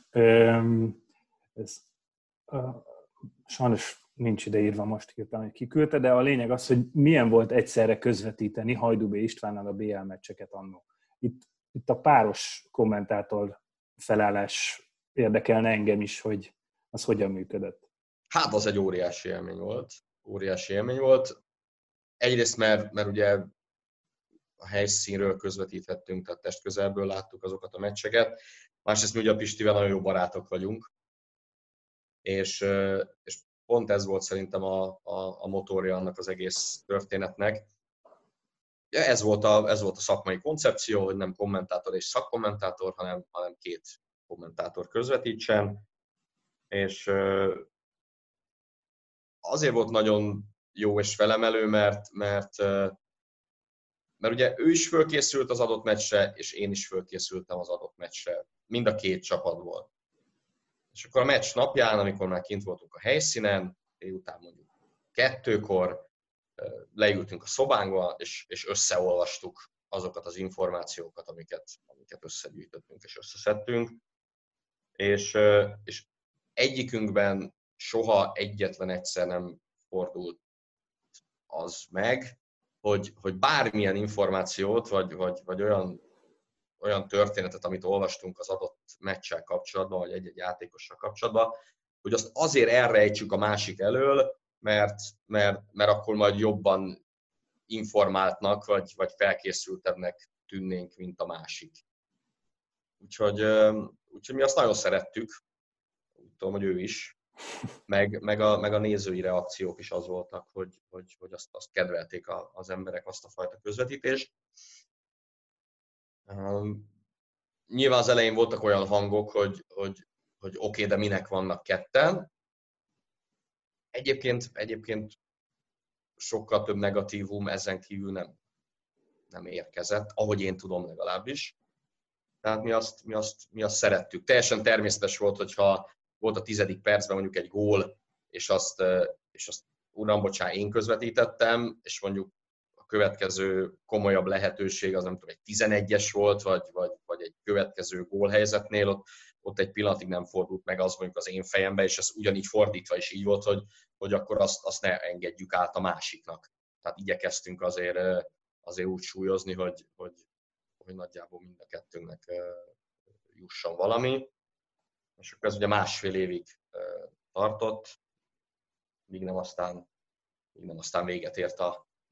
Sajnos nincs ide írva most hirtelen, hogy kiküldte, de a lényeg az, hogy milyen volt egyszerre közvetíteni Hajdú B. Istvánnal a BL meccseket annó. Itt a páros kommentátor felállás érdekelne engem is, hogy az hogyan működött. Hát az egy óriási élmény volt. Egyrészt, mert ugye a helyszínről közvetíthettünk, tehát testközelből láttuk azokat a meccseket. Másrészt mi ugye a Pistivel nagyon jó barátok vagyunk, és pont ez volt szerintem a motorja annak az egész történetnek. Ez volt a szakmai koncepció, hogy nem kommentátor és szakkommentátor, hanem két kommentátor közvetítsen. És azért volt nagyon jó és felemelő, mert ugye ő is fölkészült az adott meccsre, és én is fölkészültem az adott meccsre. Mind a két csapatból. És akkor a meccs napján, amikor már kint voltunk a helyszínen, délután mondjuk 2-kor leültünk a szobánkba, és összeolvastuk azokat az információkat, amiket összegyűjtöttünk és összeszedtünk. És egyikünkben soha egyetlen egyszer nem fordult az meg, hogy bármilyen információt, vagy olyan történetet, amit olvastunk az adott meccsel kapcsolatban, vagy egy-egy játékossal kapcsolatban, hogy azt azért elrejtsük a másik elől, mert akkor majd jobban informáltnak, vagy felkészültebbnek tűnnénk, mint a másik. Úgyhogy mi azt nagyon szerettük, úgy tudom, hogy ő is, meg a nézői reakciók is az voltak, hogy azt kedvelték az emberek, azt a fajta közvetítést. Nyilván az elején voltak olyan hangok, hogy oké, de minek vannak ketten. Egyébként sokkal több negatívum ezen kívül nem érkezett, ahogy én tudom legalábbis. Tehát mi azt szerettük. Teljesen természetes volt, hogyha volt a 10. percben mondjuk egy gól, és azt uram, bocsánat, én közvetítettem, és mondjuk a következő komolyabb lehetőség az nem tudom, egy 11-es volt, vagy egy következő gólhelyzetnél, ott egy pillanatig nem fordult meg az mondjuk az én fejembe, és ez ugyanígy fordítva is így volt, hogy akkor azt ne engedjük át a másiknak. Tehát igyekeztünk azért úgy súlyozni, hogy nagyjából mind a kettőnknek jusson valami. És akkor ez ugye 1,5 évig tartott, míg nem aztán véget ért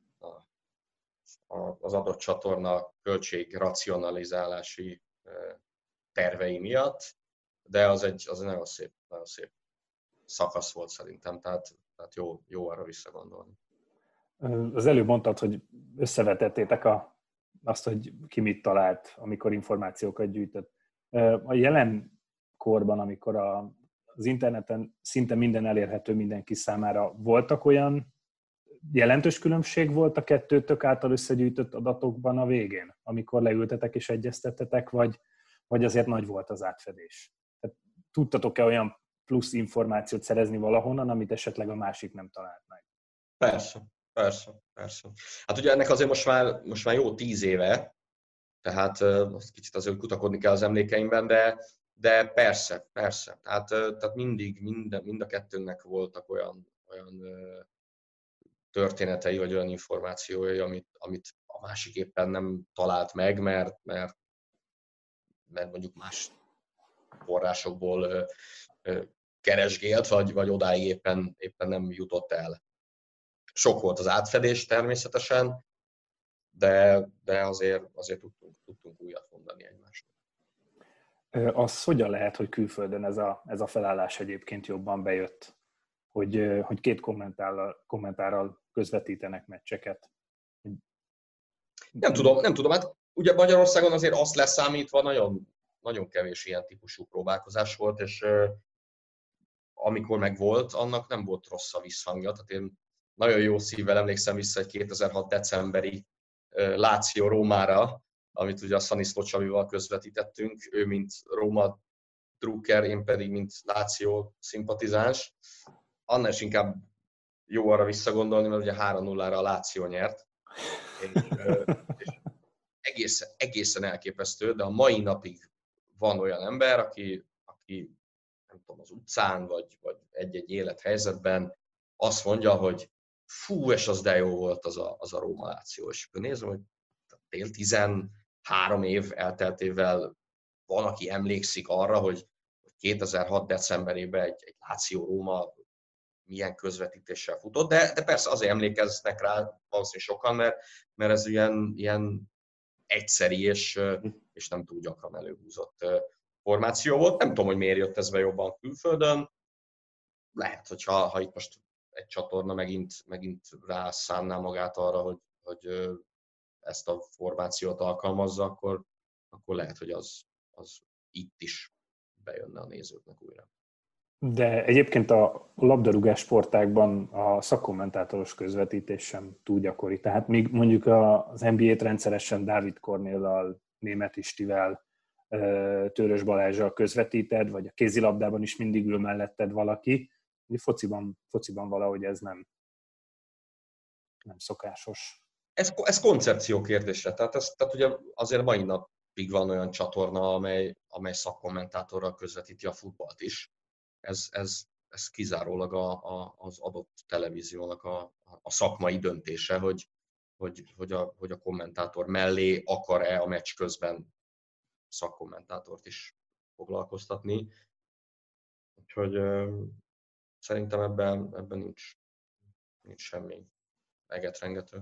az adott csatorna költségracionalizálási tervei miatt, de az egy nagyon szép szakasz volt szerintem, tehát jó arra visszagondolni. Az előbb mondtad, hogy összevetettétek azt, hogy ki mit talált, amikor információkat gyűjtött. A jelen korban, amikor az interneten szinte minden elérhető mindenki számára, voltak olyan jelentős különbség volt a kettőtök által összegyűjtött adatokban a végén, amikor leültetek és egyeztettetek, vagy azért nagy volt az átfedés? Tehát tudtatok-e olyan plusz információt szerezni valahonnan, amit esetleg a másik nem talált meg? Persze. Hát ugye ennek azért most már jó 10 éve, tehát kicsit azért kutakodni kell az emlékeimben, de De persze. Tehát mindig mind a kettőnknek voltak olyan történetei, vagy olyan információi, amit a másik éppen nem talált meg, mert mondjuk más forrásokból keresgélt, vagy odáig éppen nem jutott el. Sok volt az átfedés természetesen, de azért tudtunk újat mondani egymásnak. Az hogyan lehet, hogy külföldön ez a felállás egyébként jobban bejött? Hogy két kommentárral közvetítenek meccseket? Nem tudom. Hát ugye Magyarországon azért azt leszámítva nagyon, nagyon kevés ilyen típusú próbálkozás volt, és amikor meg volt, annak nem volt rossz a visszhangja. Tehát én nagyon jó szívvel emlékszem vissza egy 2006. decemberi Lazio Rómára, amit ugye a Szaniszló Csabival közvetítettünk, ő mint Róma drukker, én pedig mint Lazio szimpatizáns. Annál is inkább jó arra visszagondolni, mert ugye 3-0-ra a Lazio nyert. És egészen elképesztő, de a mai napig van olyan ember, aki nem tudom, az utcán, vagy egy-egy élethelyzetben azt mondja, hogy fú, és az de jó volt az a Róma Lazio. És akkor nézem, hogy 13 év elteltével van, aki emlékszik arra, hogy 2006. decemberében egy Lazio Róma milyen közvetítéssel futott, de persze azért emlékeznek rá valószínűleg sokan, mert ez ilyen egyszeri és nem túl gyakran előhúzott formáció volt. Nem tudom, hogy miért jött ez be jobban külföldön. Lehet, hogyha itt most egy csatorna megint rászánná magát arra, hogy ezt a formációt alkalmazza, akkor lehet, hogy az itt is bejönne a nézőknek újra. De egyébként a labdarúgás sportágban a szakkommentátoros közvetítés sem túl gyakori. Tehát míg mondjuk az NBA-t rendszeresen Dávid Kornéllal, Németh Istivel, Tőrös Balázsral közvetíted, vagy a kézilabdában is mindig ül melletted valaki. Fociban valahogy ez nem szokásos. Ez koncepció kérdése. Tehát ugye azért mai napig van olyan csatorna, amely szakkommentátorral közvetíti a futballt is. Ez kizárólag az adott televíziónak a szakmai döntése, hogy a kommentátor mellé akar-e a meccs közben szakkommentátort is foglalkoztatni. Úgyhogy szerintem ebben nincs semmi egetrengető.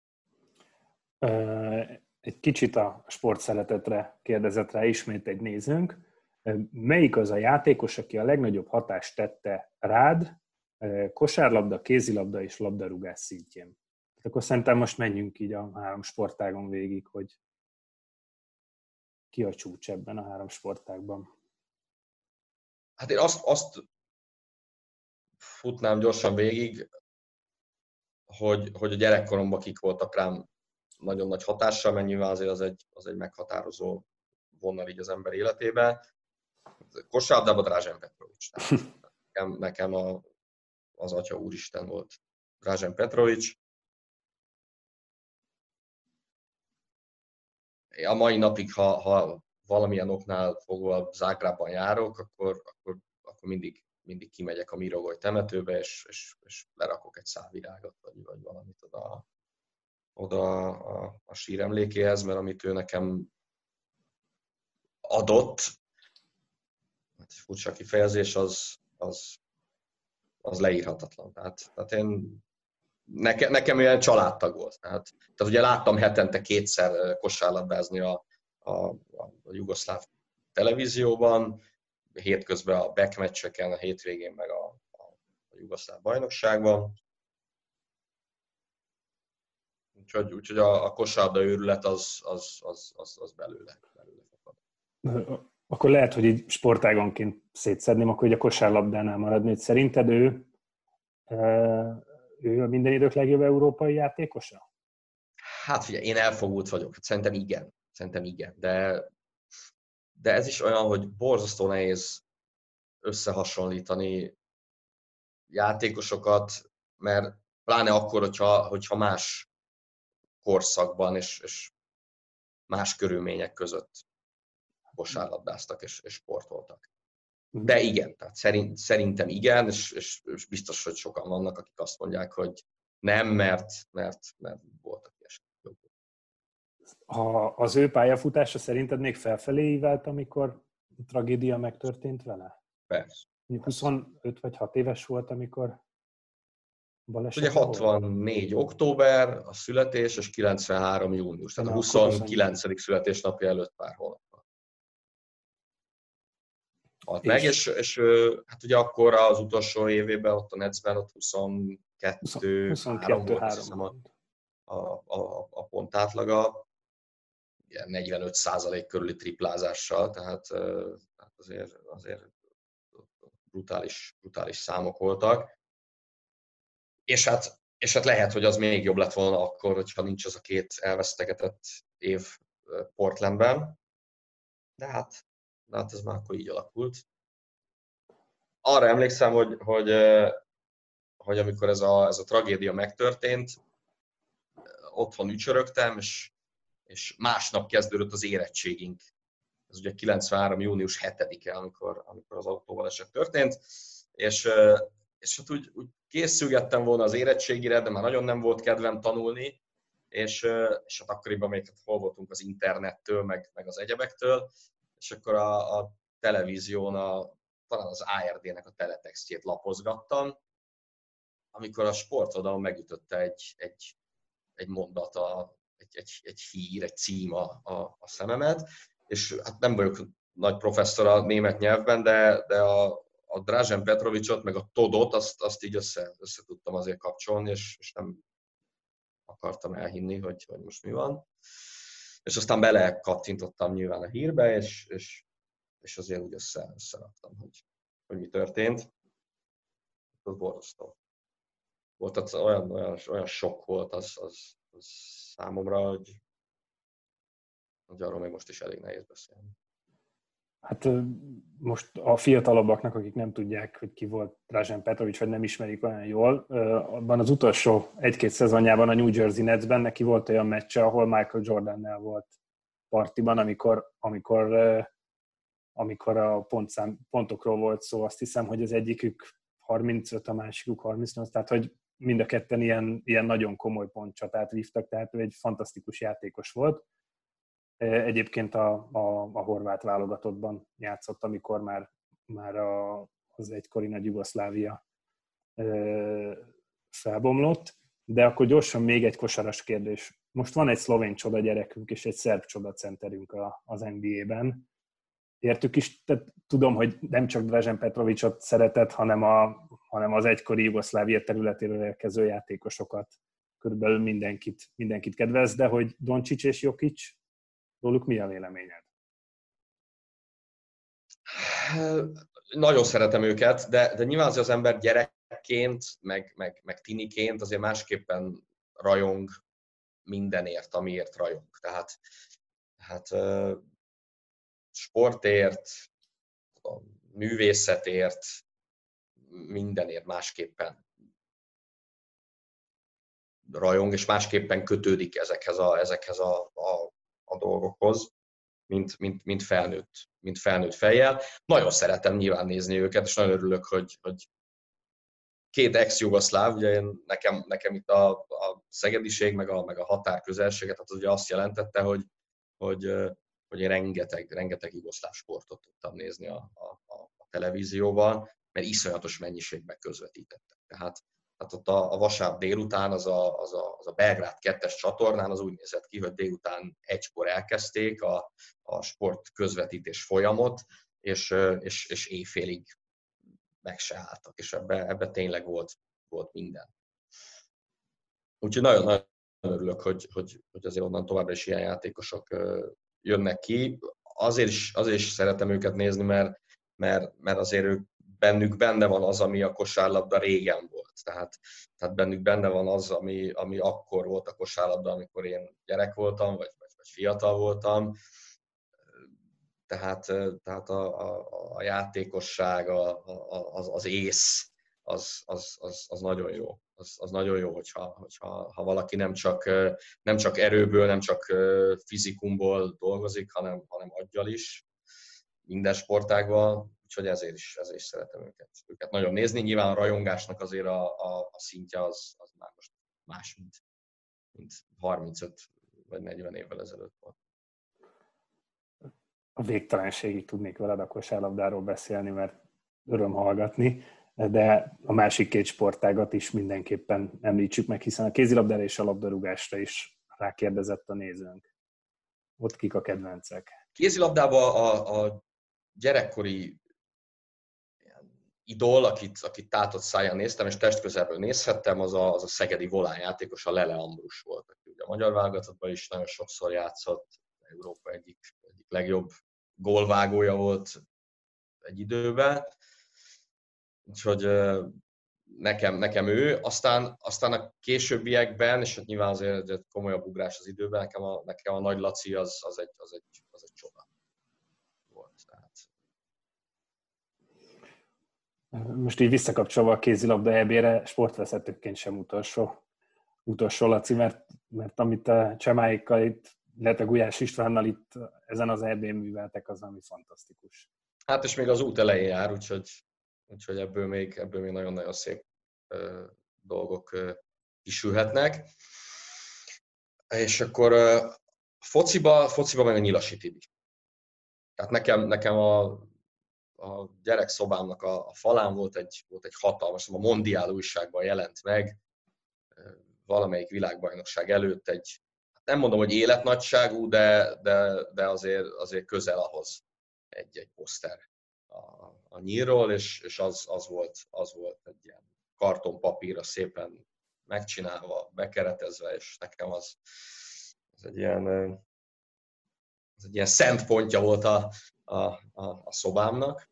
Egy kicsit a sportszeretetre kérdezett rá ismét egy nézőnk. Melyik az a játékos, aki a legnagyobb hatást tette rád kosárlabda, kézilabda és labdarúgás szintjén? Tehát akkor szerintem most menjünk így a 3 sportágon végig, hogy ki a csúcs ebben a 3 sportágban. Hát én azt futnám gyorsan végig, hogy a gyerekkoromban kik voltak rám nagyon nagy hatással, mert nyilván azért az egy meghatározó vonal így az ember életében. Kosárlabdában Dražen Petrović. Nekem az Atya Úristen volt Dražen Petrović. A mai napig, ha valamilyen oknál fogva Zágrábban járok, akkor mindig kimegyek a Mirogoly temetőbe, és lerakok egy szálvirágot, vagy valamit oda a síremlékéhez, mert amit ő nekem adott, hát furcsa kifejezés, az leírhatatlan. Tehát nekem olyan családtag volt. Tehát ugye láttam hetente 2-szer kosárlabdázni a jugoszláv televízióban, hétközben a backmeccseken, a hétvégén meg a jugoszláv bajnokságban. Úgyhogy a kosárlabda őrület az belőle fakad. Akkor lehet, hogy így sportágonként szétszedném, akkor hogy a kosárlabdánál maradni. Szerinted ő a minden idők legjobb európai játékosa? Hát figyelj, én elfogult vagyok. Szerintem igen. De ez is olyan, hogy borzasztó nehéz összehasonlítani játékosokat, mert pláne akkor, hogyha más korszakban és más körülmények között kosárlabdáztak és sportoltak. De igen, tehát szerintem igen, és biztos, hogy sokan vannak, akik azt mondják, hogy nem, mert voltak ilyesmik. Az ő pályafutása szerinted még felfelé ívelt, amikor a tragédia megtörtént vele? Persze. 25 vagy 6 éves volt, amikor baleset ugye 64 október a születés, és 93 június, tehát a 29. születésnapja előtt pár hónappal. Halt meg, és hát ugye akkor az utolsó évében ott a Netsben ott 22-3 volt, azt hiszem a pont átlaga, 45% körüli triplázással, tehát azért brutális számok voltak. És hát lehet, hogy az még jobb lett volna akkor, hogyha nincs az a 2 elvesztegetett év Portlandben. De hát ez már akkor így alakult. Arra emlékszem, hogy amikor ez a tragédia megtörtént, otthon ücsörögtem, és másnap kezdődött az érettségink. Ez ugye 93. június 7-e, amikor az autóbaleset történt, és hát úgy készülgettem volna az érettségire, de már nagyon nem volt kedvem tanulni, és hát akkoriban még hol voltunk az internettől, meg az egyebektől, és akkor a televízión talán az ARD-nek a teletextjét lapozgattam, amikor a sportoldalon megütötte egy mondat, egy hír, egy cím a szememet, és hát nem vagyok nagy professzor a német nyelvben, de a Dražen Petrovićot, meg a Todot, azt így össze tudtam azért kapcsolni, és nem akartam elhinni, hogy most mi van. És aztán bele kattintottam nyilván a hírbe, és azért úgy összeraktam, hogy mi történt. Az borzasztó. Volt az olyan sok volt az számomra, hogy arról még most is elég nehéz beszélni. Hát most a fiatalabbaknak, akik nem tudják, hogy ki volt Dražen Petrović, vagy nem ismerik olyan jól, abban az utolsó 1-2 szezonjában a New Jersey Netsben neki volt olyan meccse, ahol Michael Jordannel volt partiban, amikor a pontokról volt szó. Azt hiszem, hogy az egyikük 35, a másikuk 38, tehát hogy mind a ketten ilyen nagyon komoly pontcsatát vívtak, tehát ő egy fantasztikus játékos volt. Egyébként a horvát válogatottban játszott, amikor már az egykori nagy Jugoszlávia felbomlott. De akkor gyorsan még egy kosaras kérdés. Most van egy szlovén csoda gyerekünk és egy szerb csoda centerünk az NBA-ben. Értük is, tehát tudom, hogy nem csak Dražen Petrovićot szeretett, hanem az egykori Jugoszlávia területéről érkező játékosokat. Körülbelül mindenkit kedvez, de hogy Doncic és Jokic, róluk mi a véleményed? Nagyon szeretem őket, de nyilván az ember gyerekként, meg tiniként azért másképpen rajong mindenért, amiért rajong. Tehát sportért, a művészetért, mindenért másképpen rajong, és másképpen kötődik ezekhez a dolgokhoz, mint felnőtt fejjel. Nagyon szeretem nyilván nézni őket, és nagyon örülök, hogy 2 ex-jugoszláv, ugye nekem itt a szegediség, meg a határközelséget, tehát ugye azt jelentette, hogy én rengeteg jugoszláv sportot tudtam nézni a televízióban, mert iszonyatos mennyiségben közvetítettek. Tehát ott a vasárnap délután az a Belgrád 2-es csatornán az úgy nézett ki, hogy délután 1-kor elkezdték a sport közvetítés folyamot, és éjfélig meg se álltak, és ebbe tényleg volt minden. Úgyhogy nagyon, nagyon örülök, hogy azért onnan továbbra is ilyen játékosok jönnek ki. Azért is szeretem őket nézni, mert azért bennük benne van az, ami a kosárlabda régen volt. Tehát bennük benne van az, ami akkor volt a kosárlabda, amikor én gyerek voltam, vagy fiatal voltam. Tehát a játékosság, az ész, az nagyon jó. Az nagyon jó, hogyha valaki nem csak erőből, nem csak fizikumból dolgozik, hanem aggyal is. minden sportágban, úgyhogy ezért is szeretem őket nagyon nézni. Nyilván a rajongásnak azért a szintje az már most más, mint 35 vagy 40 évvel ezelőtt volt. A végtelenségig tudnék veled a kosárlabdáról beszélni, mert öröm hallgatni, de a másik két sportágat is mindenképpen említsük meg, hiszen a kézilabdára és a labdarúgásra is rákérdezett a nézőnk. Ott kik a kedvencek? Kézilabdában a gyerekkori idol, akit tátott száján néztem, és testközelből nézhettem, az a szegedi volánjátékos, a Lele Ambrus volt, aki ugye a magyar válogatottban is nagyon sokszor játszott, Európa egyik legjobb gólvágója volt egy időben. Úgyhogy nekem ő, aztán a későbbiekben, és hát nyilván azért egy komolyabb ugrás az időben, nekem a Nagy Laci az egy csoda volt. Tehát. Most így visszakapcsolva a kézilabda EB-re, sportvezetőként sem utolsó Laci, mert amit a Csemáikkal itt, illetve Gulyás Istvánnal itt ezen az EB-n műveltek, az ami fantasztikus. Hát és még az út elején jár, úgyhogy ebből még nagyon-nagyon szép dolgok kisülhetnek. És akkor fociba meg a Nyilasi Tibi. Tehát nekem a gyerekszobámnak a falán volt egy hatalmas, a Mondial újságban jelent meg, valamelyik világbajnokság előtt nem mondom, hogy életnagyságú, de azért közel ahhoz egy poszter a Nyírról, és az volt egy ilyen kartonpapírra szépen megcsinálva, bekeretezve, és nekem az egy ilyen szent pontja volt a szobámnak.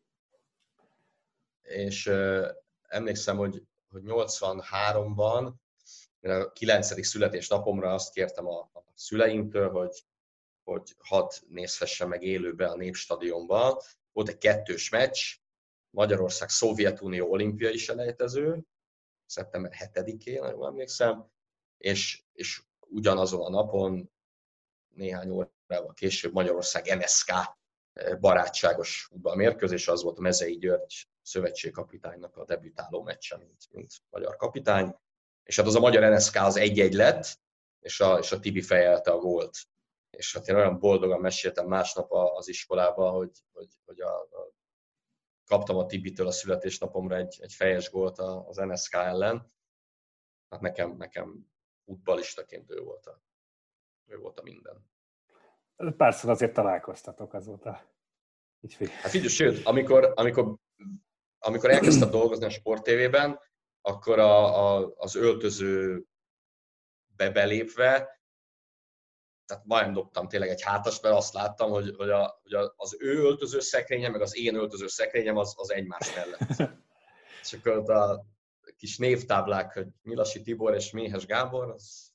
És emlékszem, hogy 83-ban, a 9. születésnapomra azt kértem a szüleimtől, hogy hadd nézhessem meg élőben a Népstadionban. Volt egy 2-s meccs, Magyarország-Szovjetunió olimpiai selejtező, szeptember 7-én, jól emlékszem, és ugyanazon a napon, néhány órával később Magyarország-NSK barátságos futballmérkőzés, az volt a Mezei György szövetségkapitánynak a debütáló meccse, mint magyar kapitány. És hát az a magyar NSK az 1-1 lett, és a Tibi fejelte a gólt. És hát én olyan boldogan meséltem másnap az iskolában, hogy kaptam a Tibitől a születésnapomra egy fejes gólt az NSK ellen. Hát nekem futballistaként ő volt a minden. Párszor azért találkoztatok azóta. Hát figyelj, sőt, amikor elkezdtem dolgozni a Sport TV-ben, akkor az öltözőbe belépve, tehát majdnem dobtam tényleg egy hátast, mert azt láttam, hogy az ő öltözőszekrényem, meg az én öltözőszekrényem az egymás mellett. És akkor ott a kis névtáblák, hogy Nyilasi Tibor és Méhes Gábor, az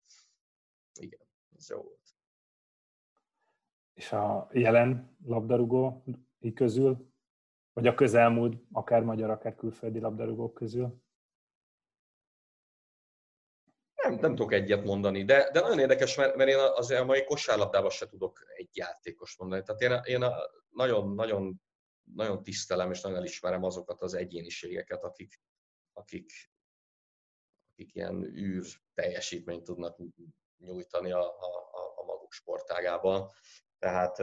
jó volt. És a jelen labdarúgó közül, vagy a közelmúlt, akár magyar, akár külföldi labdarúgók közül? Nem tudok egyet mondani, de nagyon érdekes, mert én azért a mai kosárlabdában se tudok egy játékost mondani. Tehát én nagyon, nagyon, nagyon tisztelem és nagyon elismerem azokat az egyéniségeket, akik ilyen űr teljesítményt tudnak nyújtani a maguk sportágában. Tehát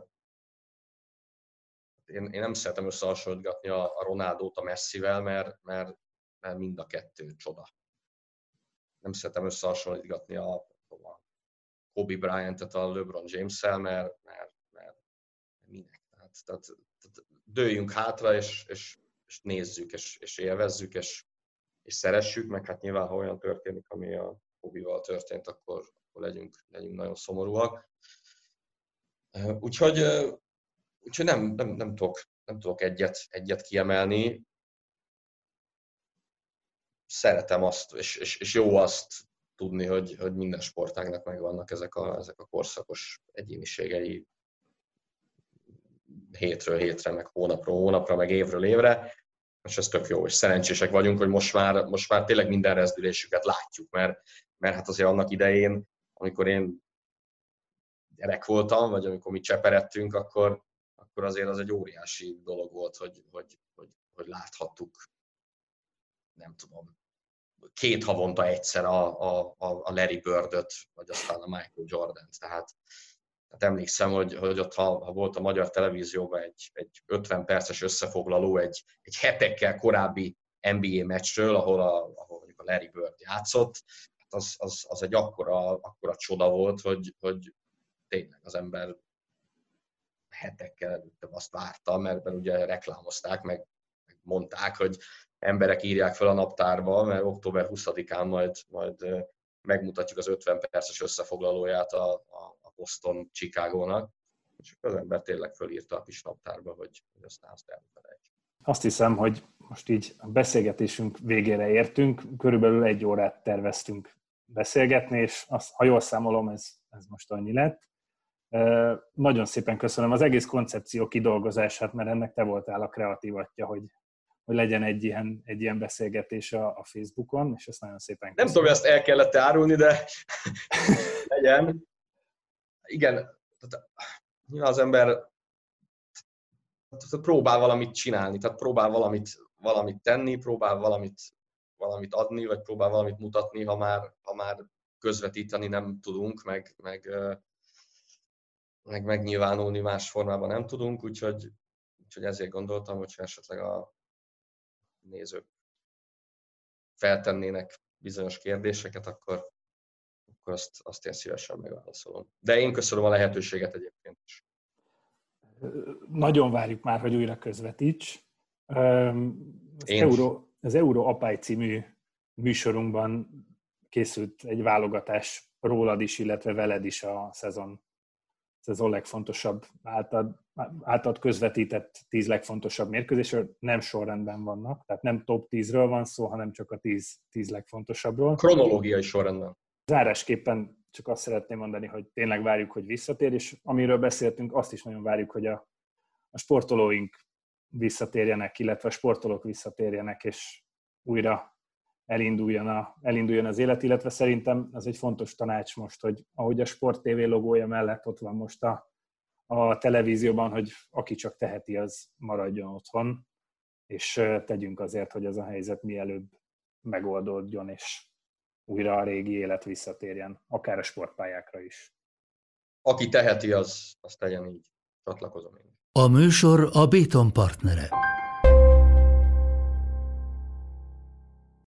én nem szeretem összehasonlítgatni a Ronaldót a Messivel, mert mind a kettő csoda. Nem szeretem összehasonlítgatni a Kobe Bryant-et a LeBron James-szel, mert minek. Tehát dőljünk hátra, és nézzük, és élvezzük, és szeressük, meg hát nyilván, ha olyan történik, ami a Kobe-val történt, akkor legyünk nagyon szomorúak. Úgyhogy nem tudok egyet kiemelni. Szeretem azt, és jó azt tudni, hogy minden sportágnak megvannak ezek a korszakos egyéniségei hétről hétre, meg hónapról hónapra, meg évről évre, és ez tök jó, és szerencsések vagyunk, hogy most már tényleg minden rezdülésüket látjuk, mert hát azért annak idején, amikor én gyerek voltam, vagy amikor mi cseperedtünk, akkor akkor azért az egy óriási dolog volt, hogy láthattuk, nem tudom, 2 havonta egyszer a Larry Birdöt, vagy aztán a Michael Jordant. Tehát emlékszem, hogy ott, ha volt a magyar televízióban egy 50 perces összefoglaló egy hetekkel korábbi NBA meccsről, ahol mondjuk a Larry Bird játszott, az egy akkora csoda volt, hogy tényleg az ember hetekkel előtte azt várta, mert ugye reklámozták, meg mondták, hogy emberek írják fel a naptárba, mert október 20-án majd megmutatjuk az 50 perces összefoglalóját a Boston Chicagónak, és az ember tényleg fölírta a kis naptárba, hogy aztán azt elfelejtsük. Azt hiszem, hogy most így a beszélgetésünk végére értünk, körülbelül 1 órát terveztünk beszélgetni, és ha jól számolom, ez most annyi lett. Nagyon szépen köszönöm az egész koncepció kidolgozását, mert ennek te voltál a kreatív atya, hogy legyen egy ilyen beszélgetés a Facebookon, és ezt nagyon szépen köszönöm. Nem tudom, hogy ezt el kellett árulni, de legyen. Igen, az ember próbál valamit csinálni, tehát próbál valamit tenni, próbál valamit adni, vagy próbál valamit mutatni, ha már közvetíteni nem tudunk, meg megnyilvánulni más formában nem tudunk, úgyhogy ezért gondoltam, hogyha esetleg a nézők feltennének bizonyos kérdéseket, akkor azt én szívesen megválaszolom. De én köszönöm a lehetőséget egyébként is. Nagyon várjuk már, hogy újra közvetíts. Az Euró Apály című műsorunkban készült egy válogatás rólad is, illetve veled is a szezon legfontosabb általad közvetített 10 legfontosabb mérkőzésről. Nem sorrendben vannak, tehát nem top 10-ről van szó, hanem csak a 10 legfontosabbról. Kronológiai sorrendben. Zárásképpen csak azt szeretném mondani, hogy tényleg várjuk, hogy visszatér, és amiről beszéltünk, azt is nagyon várjuk, hogy a sportolóink visszatérjenek, illetve a sportolók visszatérjenek, és újra elinduljon az élet, illetve szerintem az egy fontos tanács most, hogy ahogy a Sport TV logója mellett ott van most a televízióban, hogy aki csak teheti, az maradjon otthon, és tegyünk azért, hogy ez a helyzet mielőbb megoldódjon, és újra a régi élet visszatérjen, akár a sportpályákra is. Aki teheti, az tegyen így. Csatlakozom én. A műsor a Béton partnere.